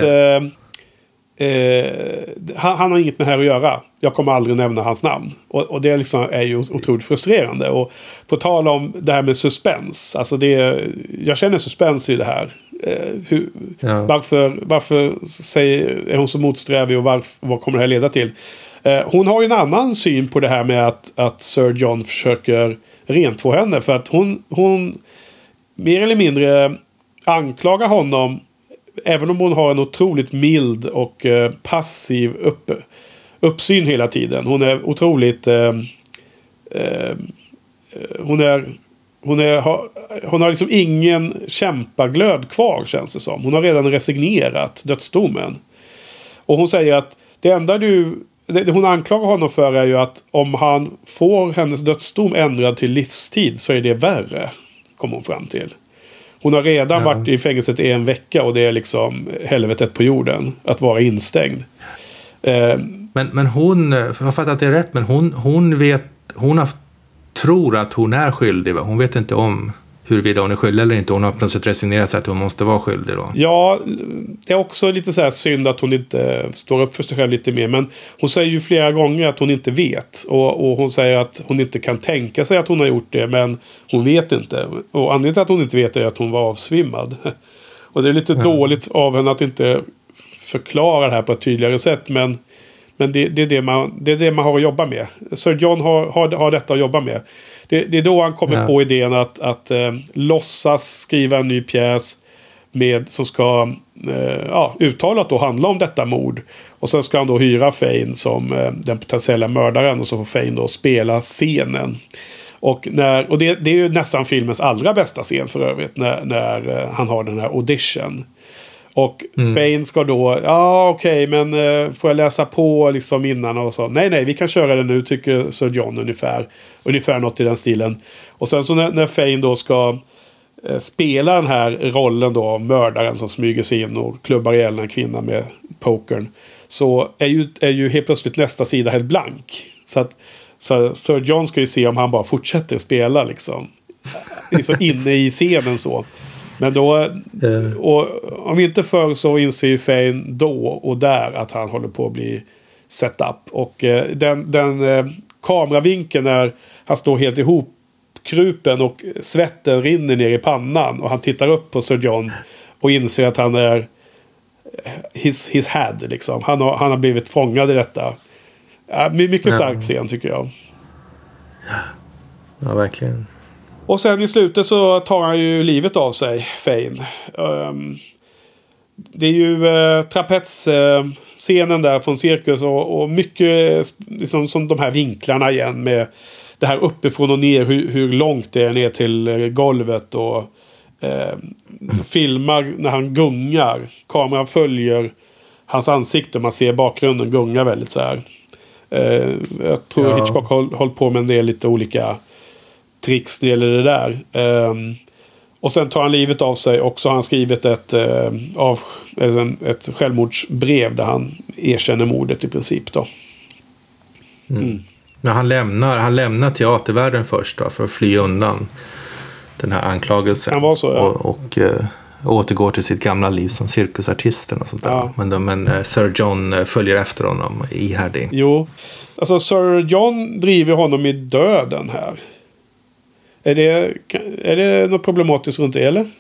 han har inget med det här att göra. Jag kommer aldrig nämna hans namn. Och det liksom är ju otroligt frustrerande. Och på tal om det här med suspens. Alltså jag känner suspens i det här. Varför är hon så motsträvig och vad kommer det här leda till? Hon har ju en annan syn på det här med att Sir John försöker rentvå henne. För att hon mer eller mindre anklagar honom, även om hon har en otroligt mild och passiv uppsyn hela tiden. Hon är otroligt hon har liksom ingen kämpaglöd kvar, känns det som. Hon har redan resignerat dödsdomen. Och hon säger att det enda hon anklagar honom för är ju att om han får hennes dödsdom ändrad till livstid så är det värre, kommer hon fram till. Hon har redan varit i fängelset i 1 vecka och det är liksom helvetet på jorden att vara instängd. Men hon, jag har fattat att det är rätt, men hon tror att hon är skyldig. Hon vet inte om huruvida hon är skyldig eller inte. Hon har plötsligt resignerat sig att hon måste vara skyldig då. Ja, det är också lite så här synd att hon inte står upp för sig själv lite mer. Men hon säger ju flera gånger att hon inte vet. Och hon säger att hon inte kan tänka sig att hon har gjort det. Men hon vet inte. Och anledningen till att hon inte vet är att hon var avsvimmad. Och det är lite dåligt av henne att inte förklara det här på ett tydligare sätt. Men det är det man har att jobba med. Sir John har detta att jobba med. Det är då han kommer på idén att låtsas skriva en ny pjäs som ska uttalat då handla om detta mord. Och sen ska han då hyra Fane som den potentiella mördaren och så får Fane då spela scenen. Och det är ju nästan filmens allra bästa scen för övrigt när han har den här audition. Och Fane ska då, okej, men får jag läsa på liksom innan och så. Nej, vi kan köra det nu, tycker Sir John ungefär något i den stilen. Och sen så när Fane då ska spela den här rollen då, mördaren som smyger sig in och klubbar ihjäl en kvinna med pokern, så är ju helt plötsligt nästa sida helt blank. Så Sir John ska ju se om han bara fortsätter spela liksom inne i scenen så. Men då, och om inte förr så inser ju Fane då och där att han håller på att bli set up. Och den kameravinkeln när han står helt ihopkrupen och svetten rinner ner i pannan och han tittar upp på Sir John och inser att han är his head liksom. Han har blivit fångad i detta. Mycket stark scen tycker jag. Ja, verkligen. Och sen i slutet så tar han ju livet av sig, Fane. Det är ju trapetsscenen där från cirkus och mycket liksom, som de här vinklarna igen med det här uppifrån och ner, hur långt det är ner till golvet och filmar när han gungar. Kameran följer hans ansikte och man ser bakgrunden gunga väldigt så här. Jag tror Hitchcock har hållit på med en del lite olika tricks när det gäller det där. Och sen tar han livet av sig och så har han skrivit ett självmordsbrev där han erkänner mordet i princip då. Men han lämnar teatervärlden först då, för att fly undan den här anklagelsen. Han var så, ja. Och återgår till sitt gamla liv som cirkusartisten och sånt där. Ja. Men Sir John följer efter honom ihärdig. Jo, alltså Sir John driver honom i döden här. Är det något problematiskt runt det, eller?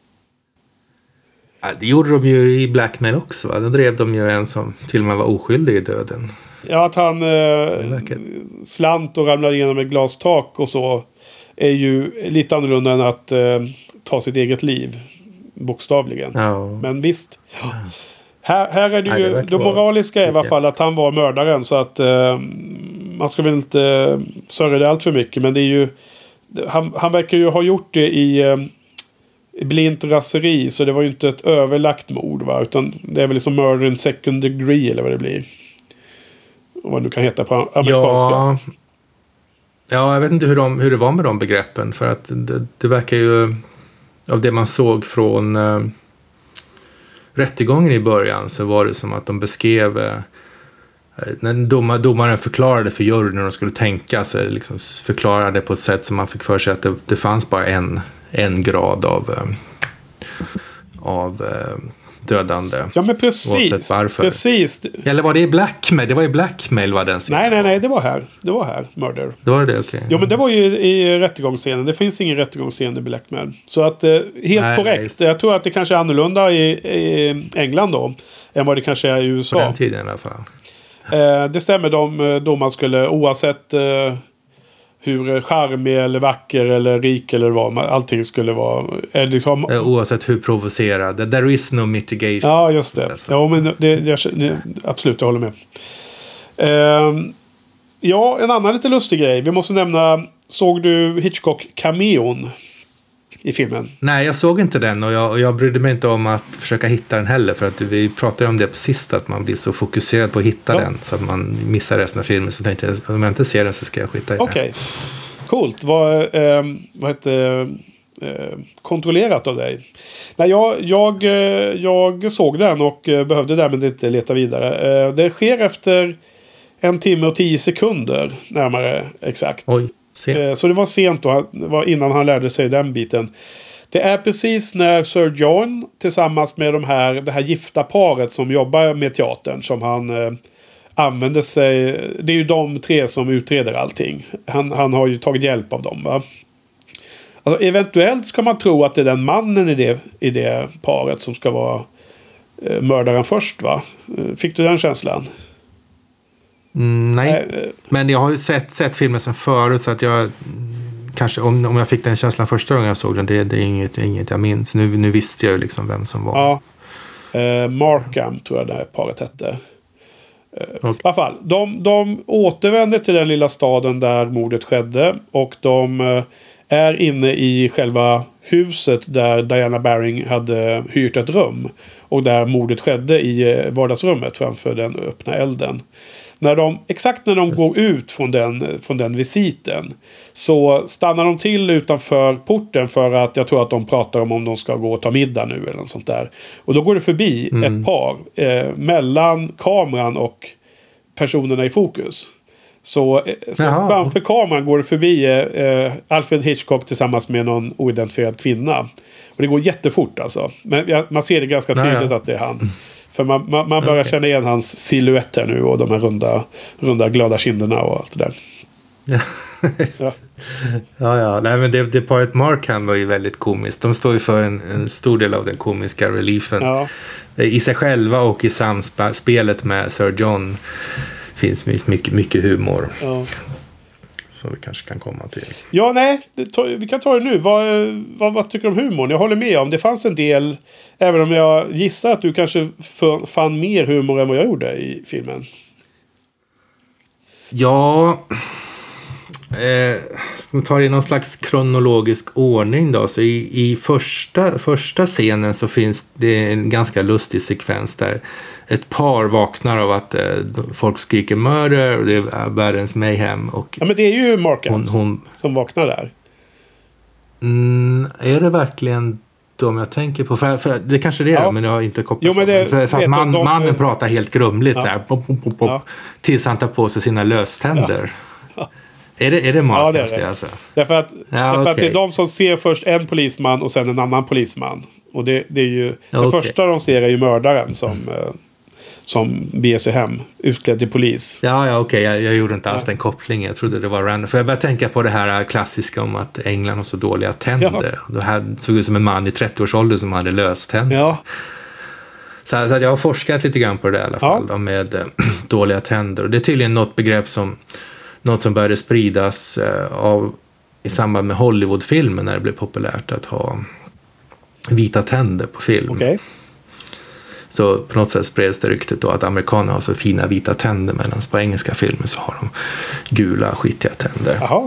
Ja, det gjorde de ju i Blackmail också, va? Då drev de ju en som till och med var oskyldig i döden. Ja, att han slant och ramlade igenom ett glastak och så är ju lite annorlunda än att ta sitt eget liv. Bokstavligen. Ja. Men visst. Här är det ju... Det moraliska är i alla fall att han var mördaren. Så att man ska väl inte sörja det allt för mycket. Men det är ju... Han verkar ju ha gjort det i blint raseri. Så det var ju inte ett överlagt mord, va? Utan det är väl liksom murder in second degree eller vad det blir. Och vad det nu kan heta på amerikanska. Ja, jag vet inte hur det var med de begreppen. För att det verkar ju... Av det man såg från rättegången i början så var det som att de beskrev när domaren förklarade för juryn när de skulle tänka sig, liksom förklarade på ett sätt som man fick för sig att det fanns bara en grad av dödande. Ja, men precis. Precis. Eller var det i Blackmail? Det var i Blackmail, var den scenen. Nej, det var här. Murder. Det var det, okej. Jo, men det var ju i rättegångsscenen. Det finns ingen rättegångsscen i Blackmail. Så att helt korrekt. Jag tror att det kanske är annorlunda i England då än vad det kanske är i USA. På den tiden i alla fall. Det stämmer, då man skulle oavsett hur charmig eller vacker eller rik eller vad, allting skulle vara liksom, oavsett hur provocerad. There is no mitigation. Ja, just det. Ja, men absolut, jag håller med. Ja, en annan lite lustig grej. Vi måste nämna, såg du Hitchcock-cameon i filmen? Nej, jag såg inte den och jag brydde mig inte om att försöka hitta den heller, för att vi pratade om det på sist, att man blir så fokuserad på att hitta den så att man missar resten av filmen. Så tänkte jag, om jag inte ser den så ska jag skita i det. Okej. Coolt. Vad heter kontrollerat av dig? Nej, jag såg den och behövde därmed inte leta vidare. Det sker efter 1 timme och 10 sekunder närmare exakt. Oj. Så det var sent då, det var innan han lärde sig den biten. Det är precis när Sir John tillsammans med det här gifta paret som jobbar med teatern, som han använder sig... Det är ju de 3 som utreder allting. Han har ju tagit hjälp av dem, va? Alltså, eventuellt ska man tro att det är den mannen i det paret som ska vara mördaren först, va? Fick du den känslan? Nej, men jag har ju sett filmen sen förut, så att jag kanske, om jag fick den känslan första gången jag såg den, det är inget jag minns. Nu visste jag ju liksom vem som var. Ja, Markham tror jag det här paret hette. Okay. I alla fall, de återvänder till den lilla staden där mordet skedde, och de är inne i själva huset där Diana Baring hade hyrt ett rum, och där mordet skedde i vardagsrummet framför den öppna elden. Exakt när de går ut från den visiten, så stannar de till utanför porten, för att jag tror att de pratar om de ska gå och ta middag nu eller något sånt där. Och då går det förbi ett par mellan kameran och personerna i fokus. Så framför kameran går det förbi Alfred Hitchcock tillsammans med någon oidentifierad kvinna. Och det går jättefort alltså. Men man ser det ganska tydligt att det är han. För man börjar känna igen hans silhuett här nu, och de här runda glada kinderna och allt det där. Ja. Nej, men det paret Markham var ju väldigt komiskt. De står ju för en stor del av den komiska reliefen i sig själva, och i samspelet med Sir John finns mycket humor. Ja. Som vi kanske kan komma till. Ja, nej. Vi kan ta det nu. Vad tycker du om humorn? Jag håller med om. Det fanns en del, även om jag gissar att du kanske fann mer humor än vad jag gjorde i filmen. Ja... ska man ta det i någon slags kronologisk ordning då, så i första scenen så finns det en ganska lustig sekvens där ett par vaknar av att folk skriker murder och det är världens mayhem, och ja, men det är ju Markham som vaknar där. Är det verkligen då, om jag tänker på, för det kanske det är, men jag har inte kopplat. Jo, men det, för att mannen pratar helt grumligt så här, tills han tar på sig sina löständer. Ja. Är det Marcus det alltså? Därför att det är de som ser först en polisman och sen en annan polisman. Och det är ju den första de ser är ju mördaren som beger sig hem, utklädd till polis. Okej. Jag gjorde inte alls den kopplingen. Jag trodde det var random. För jag började tänka på det här klassiska om att England har så dåliga tänder. Det här såg ut som en man i 30-årsåldern som hade löständer. Ja. Så att jag har forskat lite grann på det i alla fall. Då, med dåliga tänder. Och det är tydligen något som började spridas i samband med Hollywoodfilmen när det blev populärt att ha vita tänder på film. Okej. Så på något sätt spreds det ryktet då att amerikaner har så fina vita tänder, medan på engelska filmer så har de gula skitiga tänder. Jaha.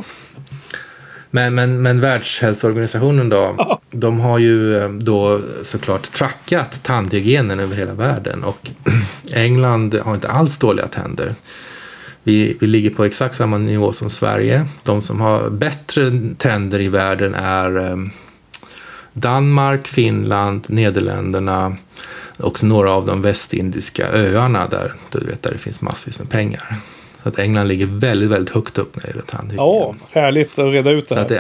Men Världshälsoorganisationen då, de har ju då såklart trackat tandhygienen över hela världen, och England har inte alls dåliga tänder. Vi ligger på exakt samma nivå som Sverige. De som har bättre tänder i världen är Danmark, Finland, Nederländerna och några av de västindiska öarna där det finns massvis med pengar. Så att England ligger väldigt, väldigt högt upp när det gäller tandhygien. Ja, härligt att reda ut det här. Så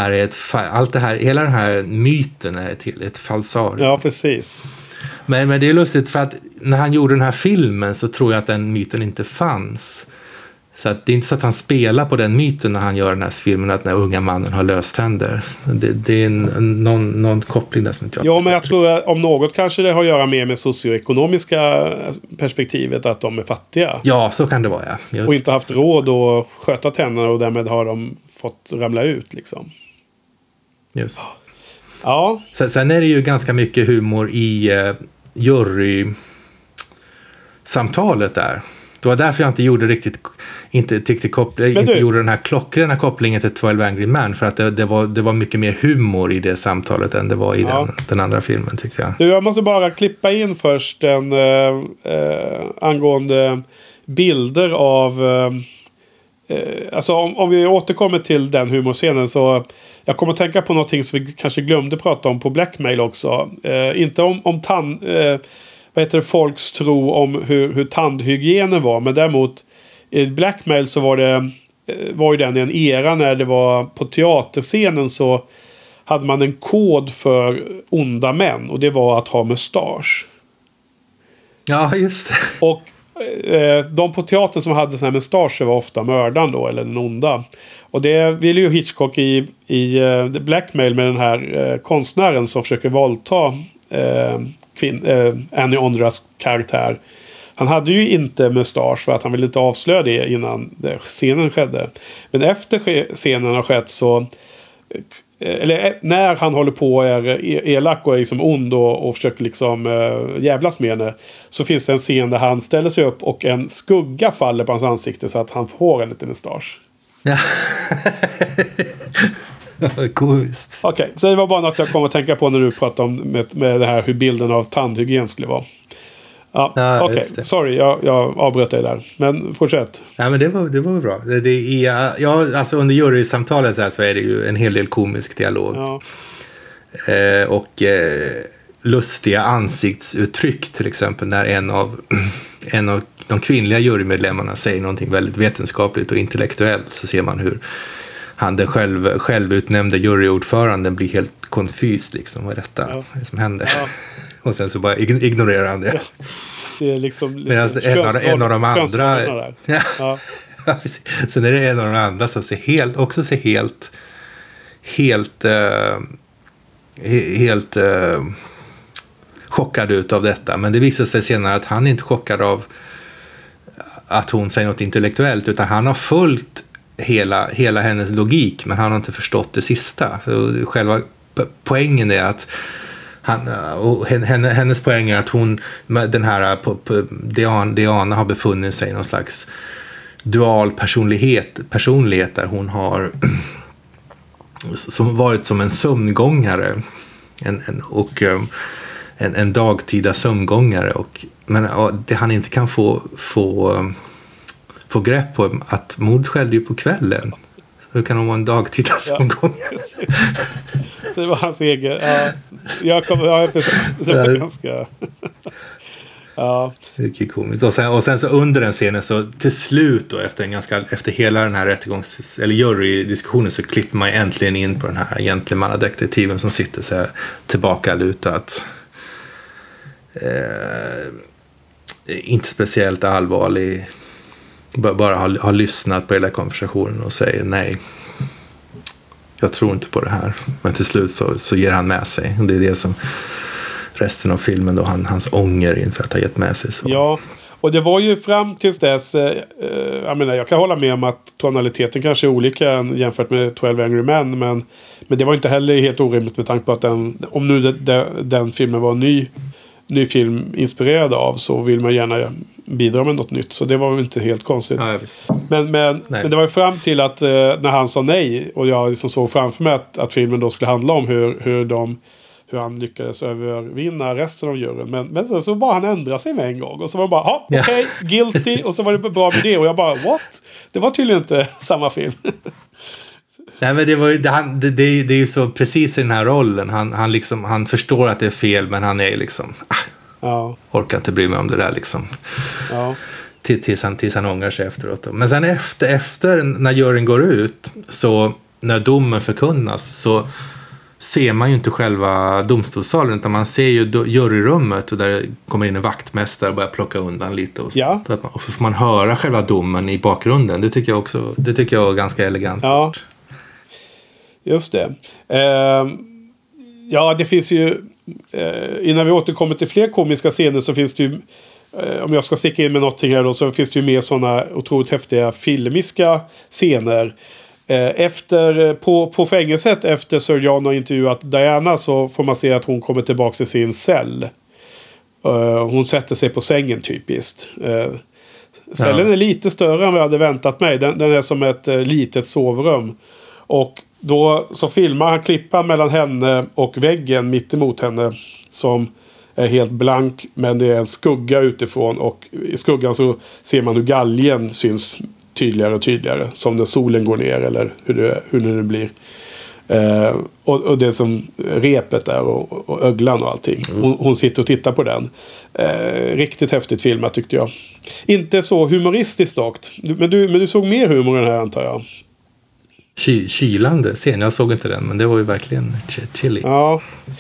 att hela den här myten är till ett falsarium. Ja, precis. Men det är lustigt, för att när han gjorde den här filmen så tror jag att den myten inte fanns. Så att det är inte så att han spelar på den myten när han gör den här filmen, att den här unga mannen har löständer. Det är någon koppling där som inte jag... Ja, men jag tror att om något kanske det har att göra med socioekonomiska perspektivet, att de är fattiga. Ja, så kan det vara, ja. Just. Och inte haft råd att sköta tänderna, och därmed har de fått ramla ut liksom. Just. Ja. Sen är det ju ganska mycket humor i jurysamtalet där. Det var därför jag inte gjorde gjorde den här klockrena kopplingen till 12 Angry Men, för att det var mycket mer humor i det samtalet än det var i den andra filmen, tyckte jag. Jag måste bara klippa in först angående bilder av alltså om vi återkommer till den humorscenen, så jag kommer att tänka på någonting som vi kanske glömde prata om på Blackmail också. Inte om folks tro om hur tandhygienen var, men däremot i Blackmail så var ju den i en era när det var på teaterscenen, så hade man en kod för onda män, och det var att ha mustasch. Ja, just det. Och de på teatern som hade såna här mustascher var ofta mördaren då, eller den onda. Och det ville ju Hitchcock i Blackmail med den här konstnären som försöker våldta Annie Ondras karaktär. Han hade ju inte mustasch för att han ville inte avslöja det innan scenen skedde. Men efter scenen har skett så, eller när han håller på och är elak och är liksom ond och försöker liksom jävlas med henne, så finns det en scen där han ställer sig upp och en skugga faller på hans ansikte så att han får en liten mustasch. Ja. Okej, så det var bara något jag kom att tänka på när du pratade om med det här hur bilden av tandhygien skulle vara. Okej. Sorry, jag avbröt dig där. Men fortsätt. Ja, men det var bra. Alltså under jurysamtalet här så är det ju en hel del komisk dialog. Ja. Och lustiga ansiktsuttryck, till exempel när en av de kvinnliga jurymedlemmarna säger någonting väldigt vetenskapligt och intellektuellt, så ser man hur den självutnämnde juryordföranden blir helt konfys liksom, vad är detta som händer? Ja. Och sen så bara ignorerar han det. Ja. Det är liksom medan en av de andra sen är det en av de andra som ser helt chockad ut av detta, men det visar sig senare att han inte är chockad av att hon säger något intellektuellt, utan han har följt hela hennes logik, men han har inte förstått det sista. För själva poängen är att hennes poäng är att hon, den här Diana har befunnit sig i någon slags dual personlighet där hon har som varit som en sömngångare en dagtida sömngångare, men det han inte kan få grepp på att mord skedde ju på kvällen. Hur kan hon vara en dagtittaromgång? Det var hans egen. Ja, det var ganska... Ja. Mycket komiskt. Och sen så under den scenen så till slut då efter hela den här eller jurydiskussionen så klipper man äntligen in på den här gentlemannadetektiven som sitter så här tillbaka lutat. Inte speciellt allvarlig. Bara har lyssnat på hela konversationen och säger nej. Jag tror inte på det här. Men till slut så ger han med sig. Och det är det som resten av filmen då, hans ånger inför att ha gett med sig. Så. Ja, och det var ju fram tills dess, jag kan hålla med om att tonaliteten kanske är olika jämfört med 12 Angry Men, men det var inte heller helt orimligt med tanke på att om nu den filmen var ny film inspirerad av, så vill man gärna bidra med något nytt. Så det var inte helt konstigt. Ja, visst. Men det var ju fram till att när han sa nej, och jag liksom såg framför mig att filmen då skulle handla om hur han lyckades övervinna resten av juryn. Men sen så bara han ändra sig med en gång. Och så var det bara, okej, guilty. Och så var det bra med det. Och jag bara, what? Det var tydligen inte samma film. Nej, men det är ju så precis i den här rollen. Han förstår att det är fel, men han är liksom... orkar inte bry mig om det där liksom. Ja. Tills han ångrar sig efteråt. Men sen efter när juryn går ut, så när domen förkunnas, så ser man ju inte själva domstolssalen, utan man ser ju juryrummet, och där kommer in en vaktmästare och börjar plocka undan lite. Och så får man höra själva domen i bakgrunden. Det tycker jag är ganska elegant. Ja, just det. Det finns ju innan vi återkommer till fler komiska scener, så finns det ju, om jag ska sticka in med någonting här då, så finns det ju mer sådana otroligt häftiga filmiska scener. På fängelset, efter Sir John har intervjuat Diana, så får man se att hon kommer tillbaka till sin cell. Hon sätter sig på sängen typiskt. Cellen är lite större än vad jag hade väntat mig. Den är som ett litet sovrum. Och då så filmar han klippan mellan henne och väggen mitt emot henne, som är helt blank, men det är en skugga utifrån, och i skuggan så ser man hur galgen syns tydligare och tydligare, som när solen går ner, eller hur det nu blir. Och det som repet där och öglan och allting. Hon sitter och tittar på den. Riktigt häftigt filmat tyckte jag. Inte så humoristiskt dock. Men du såg mer humor än den här, antar jag. Kylande scen. Jag såg inte den, men det var ju verkligen chilly. Ja.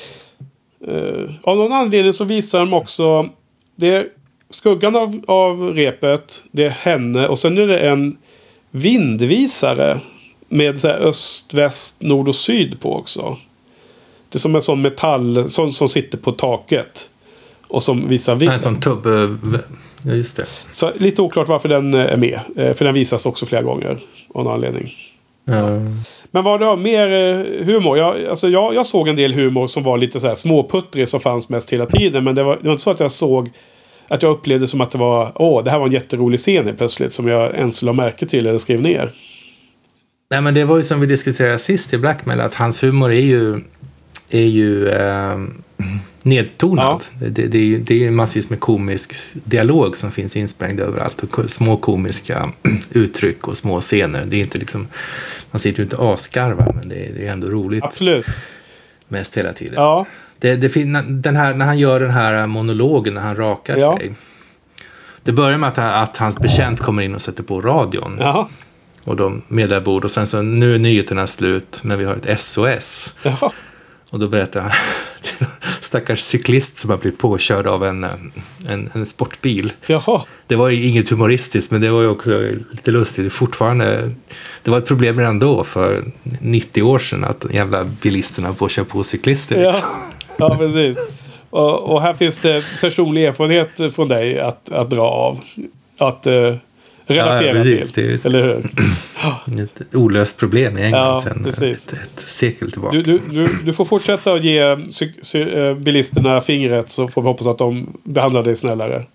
Av någon anledning så visar de också skuggan av repet, det är henne, och sen är det en vindvisare med så här öst, väst, nord och syd på också. Det är som en sån metall som sitter på taket och som visar vinden. En sån tubb. Ja, just det. Så lite oklart varför den är med, för den visas också flera gånger av någon anledning. Ja. Men var det mer humor? Jag såg en del humor som var lite så här småputtrig, som fanns mest hela tiden, men det var inte så att jag upplevde som att det var det här var en jätterolig scen plötsligt, som jag ens la märke till eller skrev ner. Nej, men det var ju som vi diskuterade sist i Blackmail, att hans humor är ju nedtonad. Ja. Det är ju massvis med komisk dialog som finns insprängd överallt, och små komiska uttryck och små scener. Det är inte liksom, man sitter ju inte askarvar, men det är ändå roligt. Absolut. Mest hela tiden. Ja. Den här, när han gör den här monologen, när han rakar sig. Det börjar med att hans bekänt kommer in och sätter på radion. Ja. Och de medarbord, och sen så, nu är nyheterna slut, men vi har ett SOS. Ja. Och då berättar han stackars cyklist som har blivit påkörd av en sportbil. Jaha. Det var ju inget humoristiskt, men det var ju också lite lustigt. Det var ett problem redan då, för 90 år sedan, att jävla bilisterna får köra på cyklister. Liksom. Ja, precis. Och här finns det personlig erfarenhet från dig att dra av. Att relatera till. Eller hur? Ett olöst problem i England sen ett sekel tillbaka. Du får fortsätta att ge bilisterna fingret, så får vi hoppas att de behandlar dig snällare.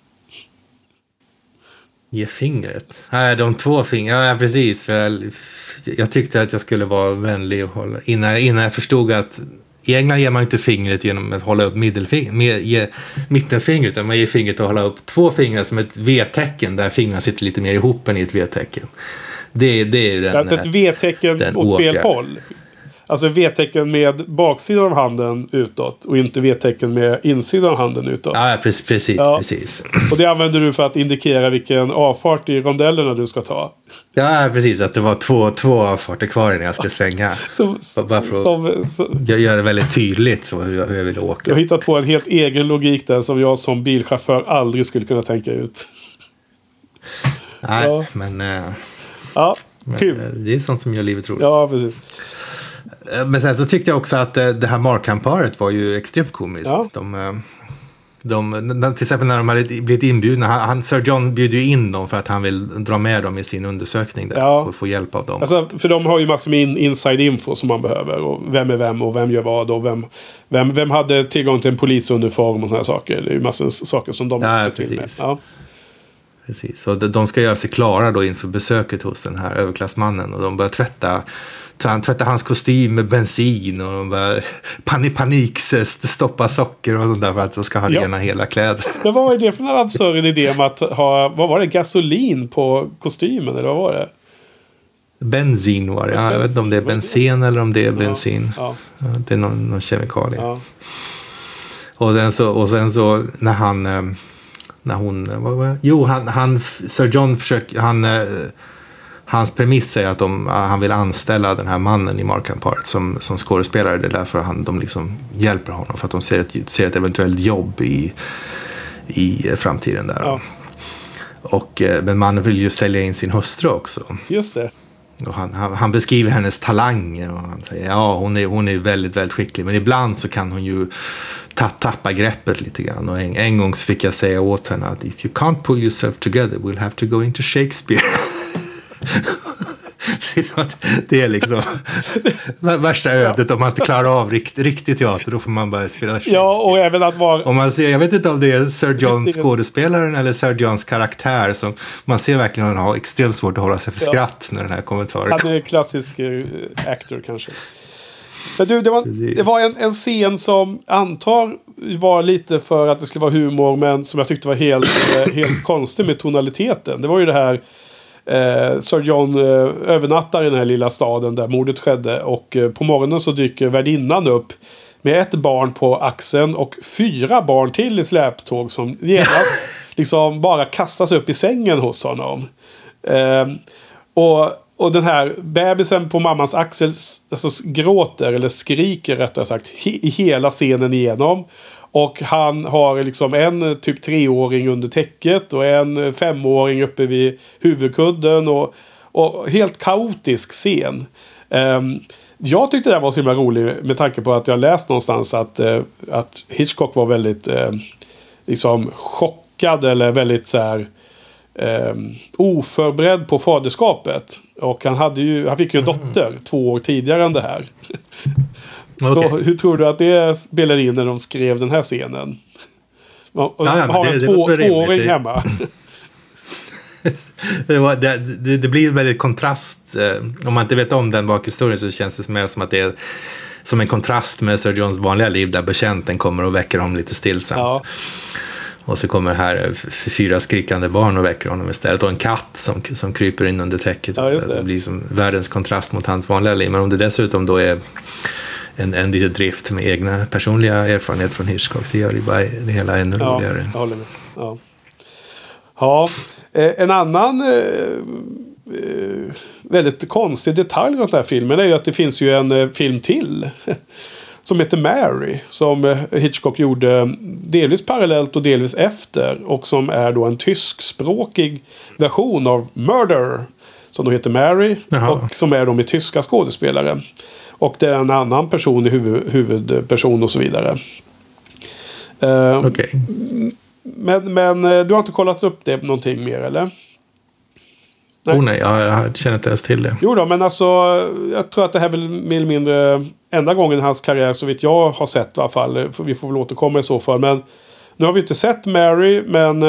Ge fingret? Nej, de 2 fingrar. Ja, precis. För jag tyckte att jag skulle vara vänlig och hålla. Innan jag förstod att i England ger man inte fingret genom att hålla upp mittenfingret, utan man ger fingret att hålla upp 2 fingrar som ett V-tecken, där fingrarna sitter lite mer ihop än i ett V-tecken. Det är ju den... Ett V-tecken åt fel håll. Alltså V-tecken med baksidan av handen utåt. Och inte V-tecken med insidan av handen utåt. Ja, precis. Och det använder du för att indikera vilken avfart i rondellerna du ska ta. Ja, precis. Att det var två avfarter kvar när jag skulle svänga. Bara för att jag gör det väldigt tydligt så hur jag vill åka. Jag har hittat på en helt egen logik där som jag som bilchaufför aldrig skulle kunna tänka ut. Nej, men... Ja, kul. Det är sånt som gör livet roligt. Ja, precis. Men sen så tyckte jag också att det här Markham-paret var ju extremt komiskt. Ja. Till exempel när de hade blivit inbjudna. Sir John bjuder ju in dem för att han vill dra med dem i sin undersökning där. För att få hjälp av dem. Alltså, för de har ju massor med inside info som man behöver. Och vem är vem och vem gör vad. Och vem hade tillgång till en polisuniform och sådana saker. Det är ju massor saker som de har till med. Ja. Precis, och de ska göra sig klara då inför besöket hos den här överklassmannen. Och de börjar tvätta hans kostym med bensin. Och de börjar panik stoppa socker och sånt där för att de ska ha rena hela kläder. Men vad var det för en absurd idé med att ha, vad var det, gasolin på kostymen eller vad var det? Bensin var det, jag vet inte om det är bensin eller om det är bensin. Ja. Det är någon kemikalie. Ja. Och sen så när Sir John försöker, hans premiss är att han vill anställa den här mannen i Markham-paret som skådespelare. Det är därför de liksom hjälper honom, för att de ser ett eventuellt jobb i framtiden där. Ja. Men mannen vill ju sälja in sin hustru också. Just det. Och han beskriver hennes talanger och han säger hon är väldigt, väldigt skicklig, men ibland så kan hon ju tappa greppet lite grann. Och en gång så fick jag säga åt henne att if you can't pull yourself together we'll have to go into Shakespeare. Det är liksom värsta ödet om man inte klarar av riktig teater, då får man bara spela Shakespeare. Ja, och även att om man ser, jag vet inte om det är Sir John skådespelaren eller Sir Johns karaktär som man ser verkligen att han har extremt svårt att hålla sig för skratt när den här kommentaren kommer. Han är klassisk actor kanske. Men du, det var en scen som antar var lite för att det skulle vara humor, men som jag tyckte var helt konstig med tonaliteten. Det var ju det här Sir John övernattar i den här lilla staden där mordet skedde, och på morgonen så dyker värdinnan upp med ett barn på axeln och 4 barn till i släptåg som liksom bara kastas upp i sängen hos honom. Och den här bebisen på mammans axel alltså gråter eller skriker rättare sagt i hela scenen igenom. Och han har liksom en typ 3-åring under täcket och en 5-åring uppe vid huvudkudden och helt kaotisk scen. Jag tyckte det var så himla roligt med tanke på att jag läst någonstans att Hitchcock var väldigt liksom chockad eller väldigt så här oförberedd på faderskapet. Och han fick ju en dotter 2 år tidigare än det här. Så hur tror du att det spelade in när de skrev den här scenen? Man har en 2-åring hemma. det blir en väldigt kontrast. Om man inte vet om den bakhistorien så känns det mer som att det är som en kontrast med Sir Johns vanliga liv där betjänten kommer och väcker honom lite stillsamt. Ja. Och så kommer här 4 skrikande barn och väcker honom istället. Och en katt som kryper in under täcket. Ja, det blir som världens kontrast mot hans vanliga liv. Men om det dessutom då är en liten drift med egna personliga erfarenheter från Hitchcock, så gör det hela ännu roligare. Jag håller med. Ja. En annan väldigt konstig detalj runt den här filmen är ju att det finns ju en film till som heter Mary, som Hitchcock gjorde delvis parallellt och delvis efter, och som är då en tyskspråkig version av Murder, som då heter Mary. Jaha. Och som är då med tyska skådespelare. Och det är en annan person i huvudperson och så vidare. Okej. Men du har inte kollat upp det någonting mer, eller? Nej, jag känner inte ens till det. Jo då, men alltså jag tror att det här är väl mer eller mindre enda gången i hans karriär så vitt jag har sett i alla fall. Vi får väl återkomma i så fall. Men nu har vi inte sett Mary, men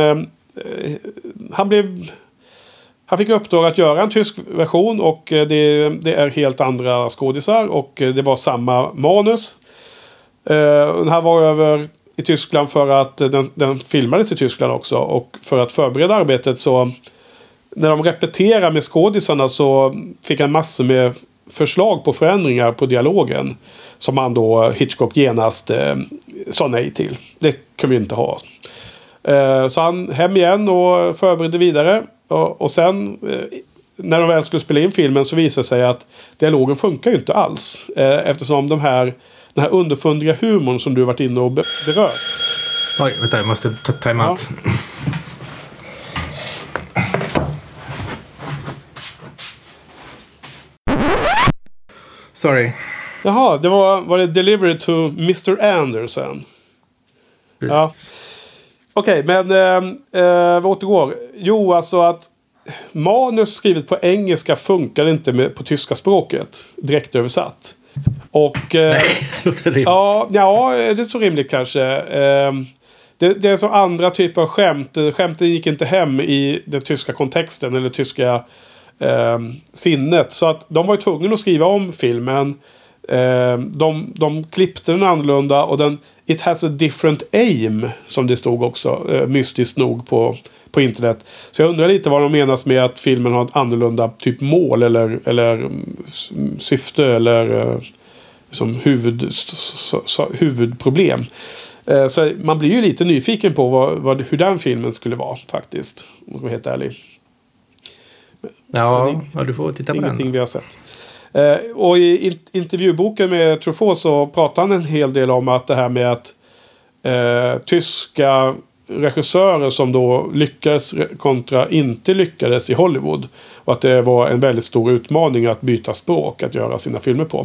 han fick uppdrag att göra en tysk version, och det är helt andra skådisar och det var samma manus. Den här var över i Tyskland för att den filmades i Tyskland också, och för att förbereda arbetet så när de repeterar med skådisarna så fick han massor med förslag på förändringar på dialogen. Som han då, Hitchcock, genast sa nej till. Det kan vi inte ha. Så han hem igen och förberedde vidare. Och sen när de väl skulle spela in filmen så visade sig att dialogen funkar ju inte alls. Eftersom den här underfundiga humorn som du varit inne och berört. Oj, vänta, jag måste ta time-out. Ja. Sorry. Jaha, det var det Delivery to Mr. Anderson. Ja. Okej, men vi återgår. Jo, alltså att manus skrivet på engelska funkar inte på tyska språket. Direkt översatt. Och nej, det låter rimligt. Ja, det är så rimligt kanske. Det är så andra typer av skämt. Skämten gick inte hem i den tyska kontexten eller tyska sinnet. Så att de var ju tvungna att skriva om filmen. De klippte den annorlunda och it has a different aim, som det stod också mystiskt nog på internet. Så jag undrar lite vad de menas med att filmen har ett annorlunda typ mål eller syfte eller som huvudproblem. Så man blir ju lite nyfiken på hur den filmen skulle vara faktiskt, om jag är helt ärlig. Ja, du får titta på den. Ingenting vi har sett. Och i intervjuboken med Truffaut så pratar han en hel del om att det här med att tyska regissörer som då lyckades kontra inte lyckades i Hollywood. Och att det var en väldigt stor utmaning att byta språk att göra sina filmer på.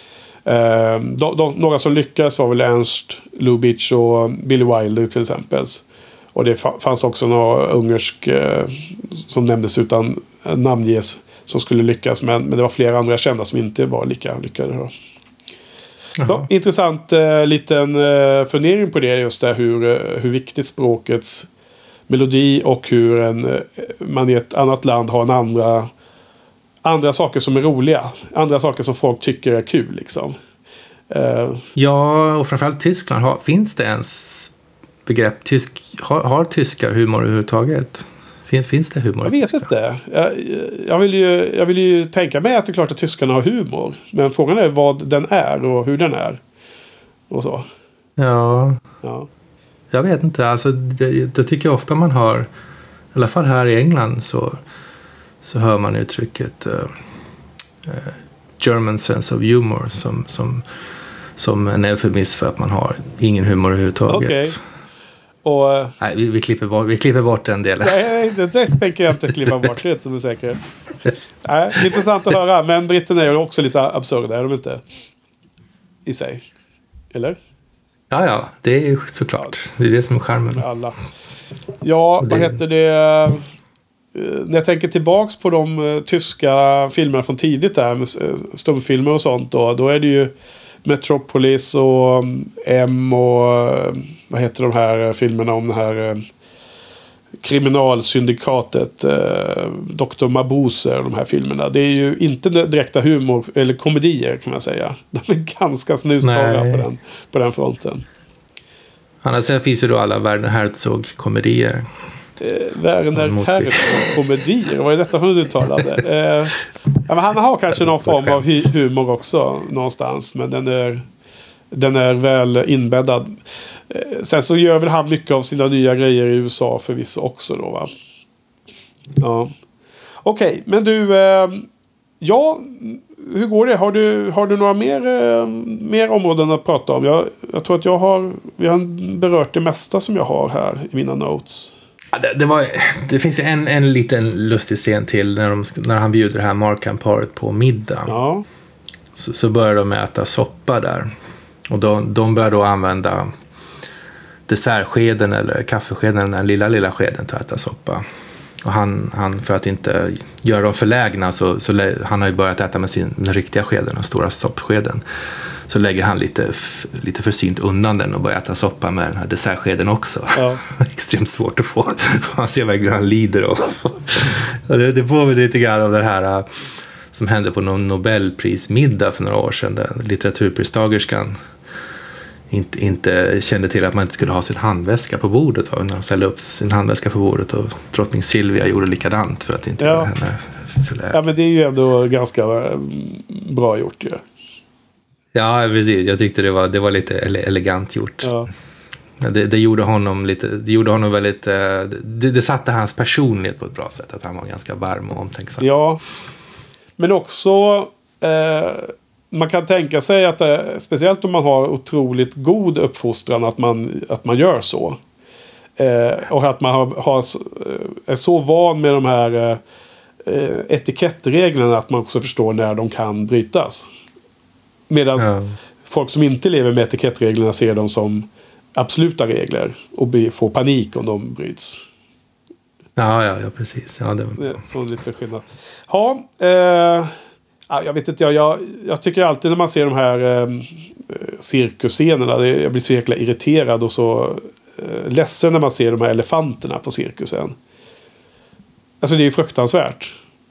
Några som lyckades var väl Ernst Lubitsch och Billy Wilder till exempel. Och det fanns också några ungersk som nämndes utan namnges som skulle lyckas. Men det var flera andra kända som inte var lika lyckade då. Så, intressant liten fundering på det just där hur viktigt språkets melodi och hur man i ett annat land har andra saker som är roliga. Andra saker som folk tycker är kul liksom. Ja, och framförallt Tyskland. Finns det ens begrepp har tyskar humor överhuvudtaget? Finns det humor? Jag vet inte. Jag vill ju tänka mig att det är klart att tyskarna har humor. Men frågan är vad den är och hur den är. Och så. Ja. Jag vet inte. Alltså, det tycker jag ofta man hör. I alla fall här i England så hör man uttrycket German sense of humor som en eufemism för att man har ingen humor överhuvudtaget. Okay. Och, nej, vi klipper bort den delen. Nej, det tänker jag inte klippa bort. Det är som är säkert. Nej, intressant att höra. Men britterna är ju också lite absurda, är de inte? I sig. Eller? Ja, det är ju såklart. Det är det som är charmen. Alla. Ja, vad heter det? När jag tänker tillbaks på de tyska filmerna från tidigt där med stumfilmer och sånt då är det ju Metropolis och M och vad heter de här filmerna om det här kriminalsyndikatet Dr. Mabuse och de här filmerna. Det är ju inte direkta humor eller komedier kan man säga. De är ganska snustorra på den fronten. Annars finns ju då alla Werner Herzog-komedier. Werner Herzog-komedier? Vad är detta för uttalande? Men han har kanske någon form av humor också någonstans. Men den är väl inbäddad. Sen så gör väl han mycket av sina nya grejer i USA förvisso också då, va? Ja. Okej, men du... hur går det? Har du några mer områden att prata om? Jag tror att vi har berört det mesta som jag har här i mina notes. Ja, det finns ju en liten lustig scen till när han bjuder det här Markham-paret på middag. Ja. Så börjar de äta soppa där. Och de börjar då använda dessertskeden eller kaffeskeden, den lilla skeden till att äta soppa. Och han för att inte göra dem förlägna så han har ju börjat äta med den riktiga skeden, den stora soppskeden. Så lägger han lite försynt undan den och börjar äta soppa med den här dessertskeden också. Ja. Extremt svårt att få. Man ser verkligen han lider av. Det påminner lite grann av det här som hände på någon Nobelprismiddag för några år sedan. Där litteraturpristagerskan inte kände till att man inte skulle ha sin handväska på bordet. När de ställde upp sin handväska på bordet, och drottning Silvia gjorde likadant för att inte göra henne förlär. Ja, men det är ju ändå ganska bra gjort ju. Ja, precis. Jag tyckte det var lite elegant gjort. Ja. Det gjorde honom väldigt... Det satte hans personlighet på ett bra sätt. Att han var ganska varm och omtänksam. Ja, men också... man kan tänka sig att speciellt om man har otroligt god uppfostran att man gör så. Och att man är så van med de här etikettreglerna att man också förstår när de kan brytas. Medan folk som inte lever med etikettreglerna ser dem som absoluta regler och får panik om de bryts. Ja, precis. Ja, det var så lite skillnad. Jag vet inte, jag tycker alltid när man ser de här cirkusscenerna, jag blir så jäkla irriterad och så ledsen när man ser de här elefanterna på cirkusen. Alltså det är ju fruktansvärt.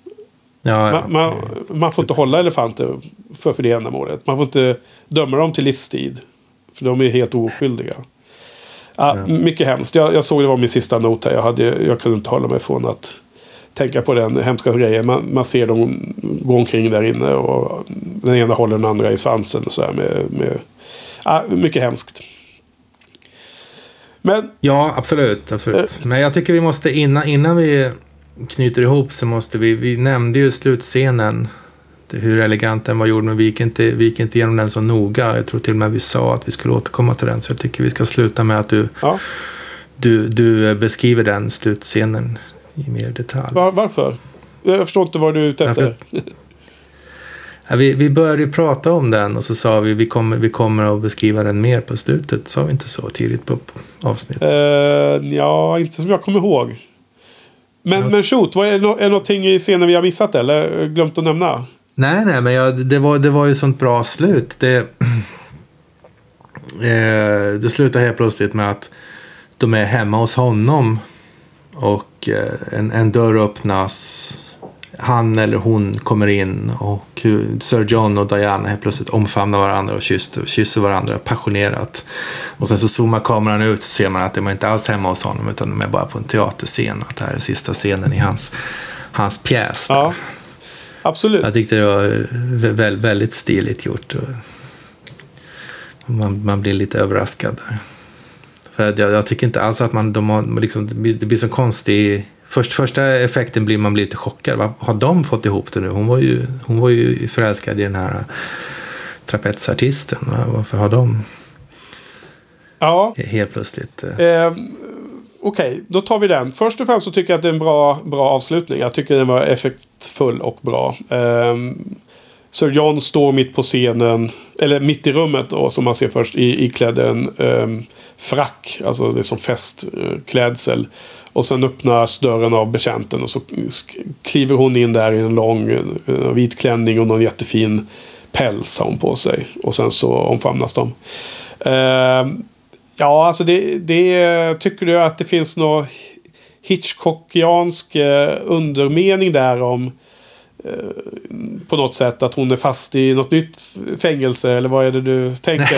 Man får inte hålla elefanter för det ändamålet. Man får inte döma dem till livstid. För de är helt oskyldiga. Mycket hemskt. Jag såg det var min sista not här. Jag kunde inte hålla mig från att tänka på den hemska grejen. Man ser dem gå omkring där inne och den ena håller den andra i svansen och så här med mycket hemskt. Men ja, absolut. Men jag tycker vi måste innan vi knyter ihop så måste vi nämnde ju slutscenen, hur elegant den var gjord, men vi gick inte igenom den så noga. Jag tror till och med vi sa att vi skulle återkomma till den, så jag tycker vi ska sluta med att du beskriver den slutscenen i mer detalj. Varför? Jag förstår inte vad du är ute efter. Vi började ju prata om den och så sa vi kommer att beskriva den mer på slutet. Sa vi inte så tidigt på avsnittet? Ja, inte som jag kommer ihåg. Men shoot, är det någonting i scenen vi har missat eller glömt att nämna? Nej, men det var ju sånt bra slut. Det slutar helt plötsligt med att de är hemma hos honom och en dörr öppnas. Han eller hon kommer in och Sir John och Diana helt plötsligt omfamnar varandra och kysser varandra passionerat. Och sen så zoomar kameran ut så ser man att de är inte alls hemma hos honom utan de är bara på en teaterscen. Att det här är sista scenen i hans pjäs. Där. Ja, absolut. Jag tyckte det var väldigt stiligt gjort. Och man blir lite överraskad där. För jag tycker inte alls att det blir så konstigt. Första effekten blir man blir lite chockad. Vad har de fått ihop det nu? Hon var ju förälskad i den här trapetsartisten. Varför har de helt plötsligt? Okej, då tar vi den. Först och främst så tycker jag att det är en bra avslutning. Jag tycker den var effektfull och bra. Sir John står mitt på scenen, eller mitt i rummet då, som man ser först, iklädd en frack. Alltså det är som festklädsel. Och sen öppnas dörren av betjänten och så kliver hon in där i en lång vit klänning och någon jättefin päls har hon på sig. Och sen så omfamnas de. Alltså det tycker du att det finns någon Hitchcockiansk undermening där om på något sätt att hon är fast i något nytt fängelse, eller vad är det du tänker?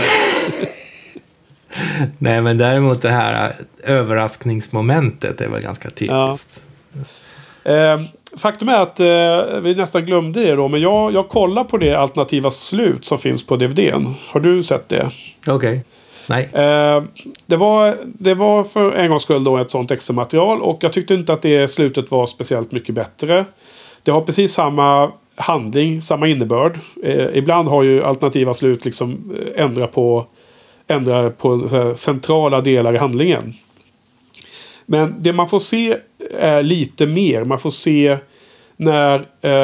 Nej, men däremot det här överraskningsmomentet är väl ganska typiskt. Ja. Faktum är att vi nästan glömde det då, men jag kollar på det alternativa slut som finns på DVD:n. Har du sett det? Okej. Nej. Det var för en gångs skull då ett sånt extra material och jag tyckte inte att det slutet var speciellt mycket bättre. Det har precis samma handling, samma innebörd. Ibland har ju alternativa slut liksom ändrar på så här, centrala delar i handlingen. Men det man får se är lite mer. Man får se när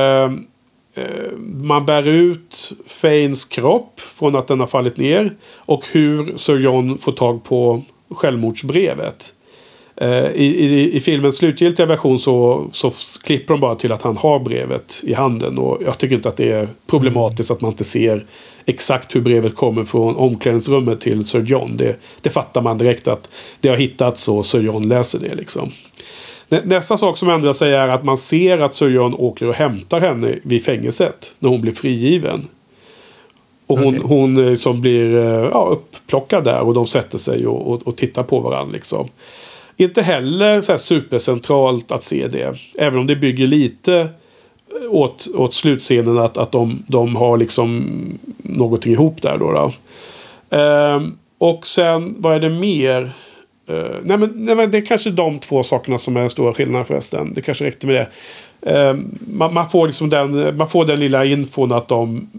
man bär ut Fanes kropp från att den har fallit ner och hur Sir John får tag på självmordsbrevet. I filmens slutgiltiga version så klipper de bara till att han har brevet i handen och jag tycker inte att det är problematiskt att man inte ser exakt hur brevet kommer från omklädningsrummet till Sir John. Det fattar man direkt att det har hittats och Sir John läser det liksom. Nästa sak som ändrar sig är att man ser att Sir John åker och hämtar henne vid fängelset när hon blir frigiven. Och hon som blir uppplockad där och de sätter sig och tittar på varandra liksom. Inte heller så här supercentralt att se det. Även om det bygger lite åt slutscenen att de har liksom någonting ihop där då. Och sen, vad är det mer? Nej men det är kanske de två sakerna som är den stora skillnaden förresten. Det kanske räckte med det. Man får liksom man får den lilla infon att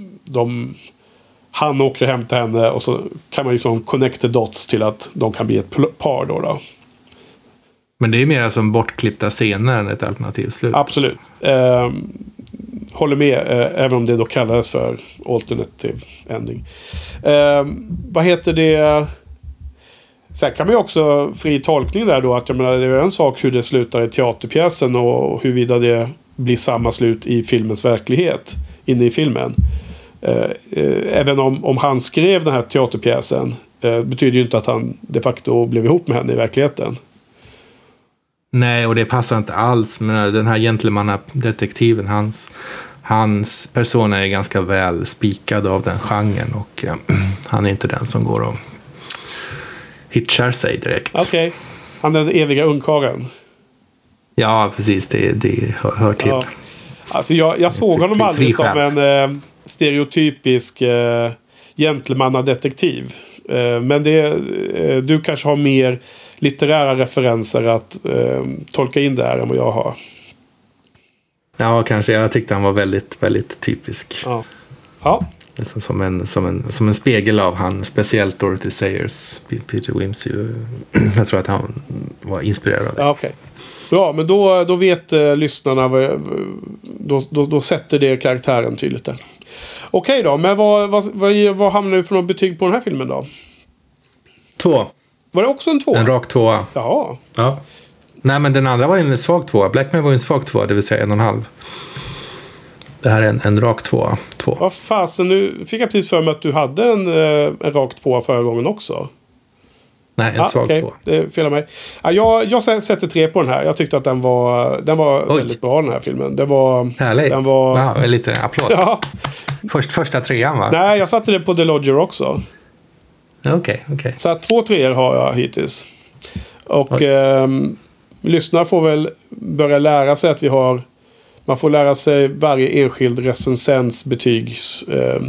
han åker hem till henne och så kan man liksom connect the dots till att de kan bli ett par då. Men det är mer som bortklippta scener än ett alternativt slut. Absolut. Håller med, även om det då kallades för alternative ending. Vad heter det? Sen kan man ju också fri tolkning där då, att jag menar, det är en sak hur det slutar i teaterpjäsen och huruvida det blir samma slut i filmens verklighet inne i filmen. Även om han skrev den här teaterpjäsen betyder ju inte att han de facto blev ihop med henne i verkligheten. Nej, och det passar inte alls med den här gentlemannadetektiven. Hans persona är ganska väl spikad av den genren och han är inte den som går och hitchar sig direkt. Okej. Han är den eviga ungkaren. Ja, precis. Det hör till. Ja. Alltså jag såg honom aldrig som en stereotypisk gentlemannadetektiv. Men du kanske har mer litterära referenser att tolka in där än vad jag har. Ja, kanske. Jag tyckte han var väldigt, väldigt typisk. Ja. Som en spegel av han, speciellt Dorothy Sayers, Peter Wimsey. Jag tror att han var inspirerad av det. Ja, okej. Bra, men då vet lyssnarna då sätter det karaktären tydligt där. Okej då, men vad hamnar du för något betyg på den här filmen då? 2. Var det också en 2? En rak 2. Jaha. Ja. Nej, men den andra var en svag 2. Blackman var en svag 2, det vill säga 1,5. Det här är en rak 2. Vad fasen, nu fick jag precis för mig att du hade en rak 2 förra gången också. Nej, en svag 2. Det fel av mig. Jag sätter 3 på den här. Jag tyckte att den var väldigt bra, den här filmen. Det var härligt. Den var... Wow, lite applåd. Ja. Första 3:an, va? Nej, jag satte det på The Lodger också. Okej. Så att 2 3 har jag hittills. Och lyssnare får väl börja lära sig att man får lära sig varje enskild recensens betygs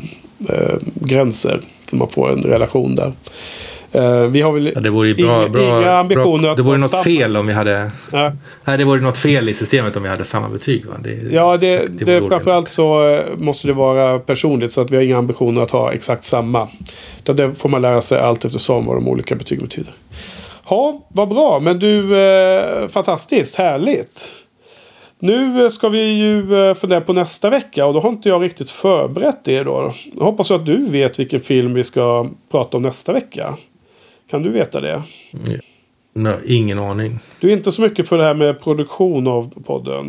gränser. För man får en relation där. Vi har väl det vore inga ambitioner att det vore något fel om vi hade... Ja. Nej, det vore något fel i systemet om vi hade samma betyg, va? Det framförallt så måste det vara personligt, så att vi har inga ambitioner att ha exakt samma. Det får man lära sig allt eftersom vad de olika betyg betyder. Ja, vad bra. Men du, fantastiskt, härligt. Nu ska vi ju fundera på nästa vecka, och då har inte jag riktigt förberett det då. Jag hoppas att du vet vilken film vi ska prata om nästa vecka. Kan du veta det? Nej, ingen aning. Du är inte så mycket för det här med produktion av podden.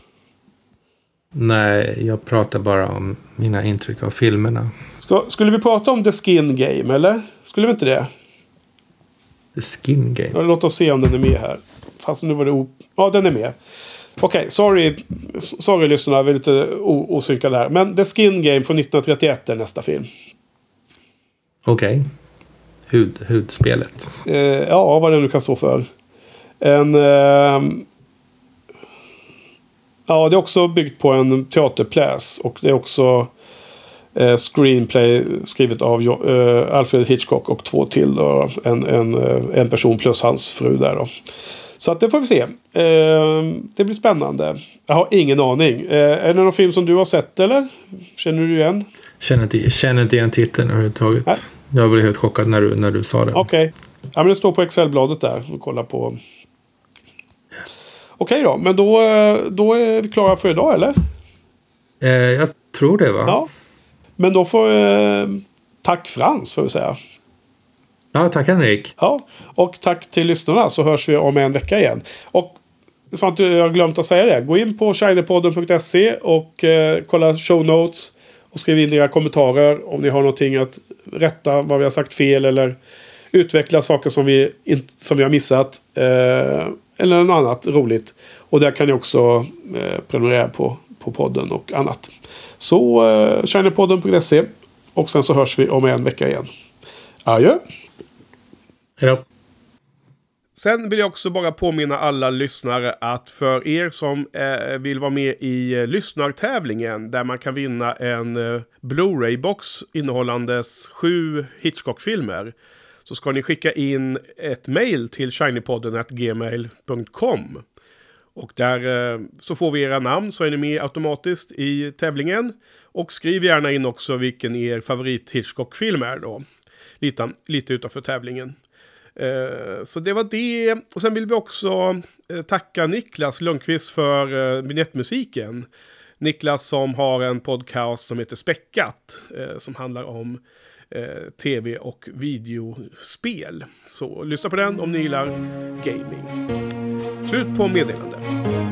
Nej, jag pratar bara om mina intryck av filmerna. Skulle vi prata om The Skin Game, eller? Skulle vi inte det? The Skin Game? Ja, låt oss se om den är med här. Fast nu var det ja, den är med. Okej, sorry lyssnarna, vi är lite osynkade här. Men The Skin Game från 1931 är nästa film. Okej. Hudspelet. Ja, vad det nu kan stå för. Ja, det är också byggt på en teaterpjäs. Och det är också screenplay skrivet av Alfred Hitchcock och 2 till. Då, en person plus hans fru där då. Så att det får vi se. Det blir spännande. Jag har ingen aning. Är det någon film som du har sett, eller? Känner du igen? Känner inte igen titeln överhuvudtaget. Nej. Jag blev helt chockad när du sa det. Okej. Ja, men det står på Excel-bladet där. Och kolla på. Okej då. Men då är vi klara för idag, eller? Jag tror det, va? Ja. Men då får tack Frans, får vi säga. Ja, tack Henrik. Ja, och tack till lyssnarna, så hörs vi om en vecka igen. Och så att jag har glömt att säga det. Gå in på shinypodden.se och kolla show notes. Och skriv in era kommentarer om ni har någonting att rätta, vad vi har sagt fel, eller utveckla saker som vi har missat. Eller något annat roligt. Och där kan ni också prenumerera på podden och annat. Så shinypodden.se. Och sen så hörs vi om en vecka igen. Adjö! Hejdå! Sen vill jag också bara påminna alla lyssnare att för er som vill vara med i lyssnartävlingen där man kan vinna en Blu-ray-box innehållandes 7 Hitchcock-filmer, så ska ni skicka in ett mail till shinypodden@gmail.com. Och där så får vi era namn, så är ni med automatiskt i tävlingen. Och skriv gärna in också vilken er favorit Hitchcock-film är då. Lite utanför tävlingen. Så det var det. Och sen vill vi också tacka Niklas Lundqvist för vignettmusiken. Niklas som har en podcast som heter Späckat, som handlar om tv- och videospel. Så lyssna på den om ni gillar gaming. Slut på meddelande.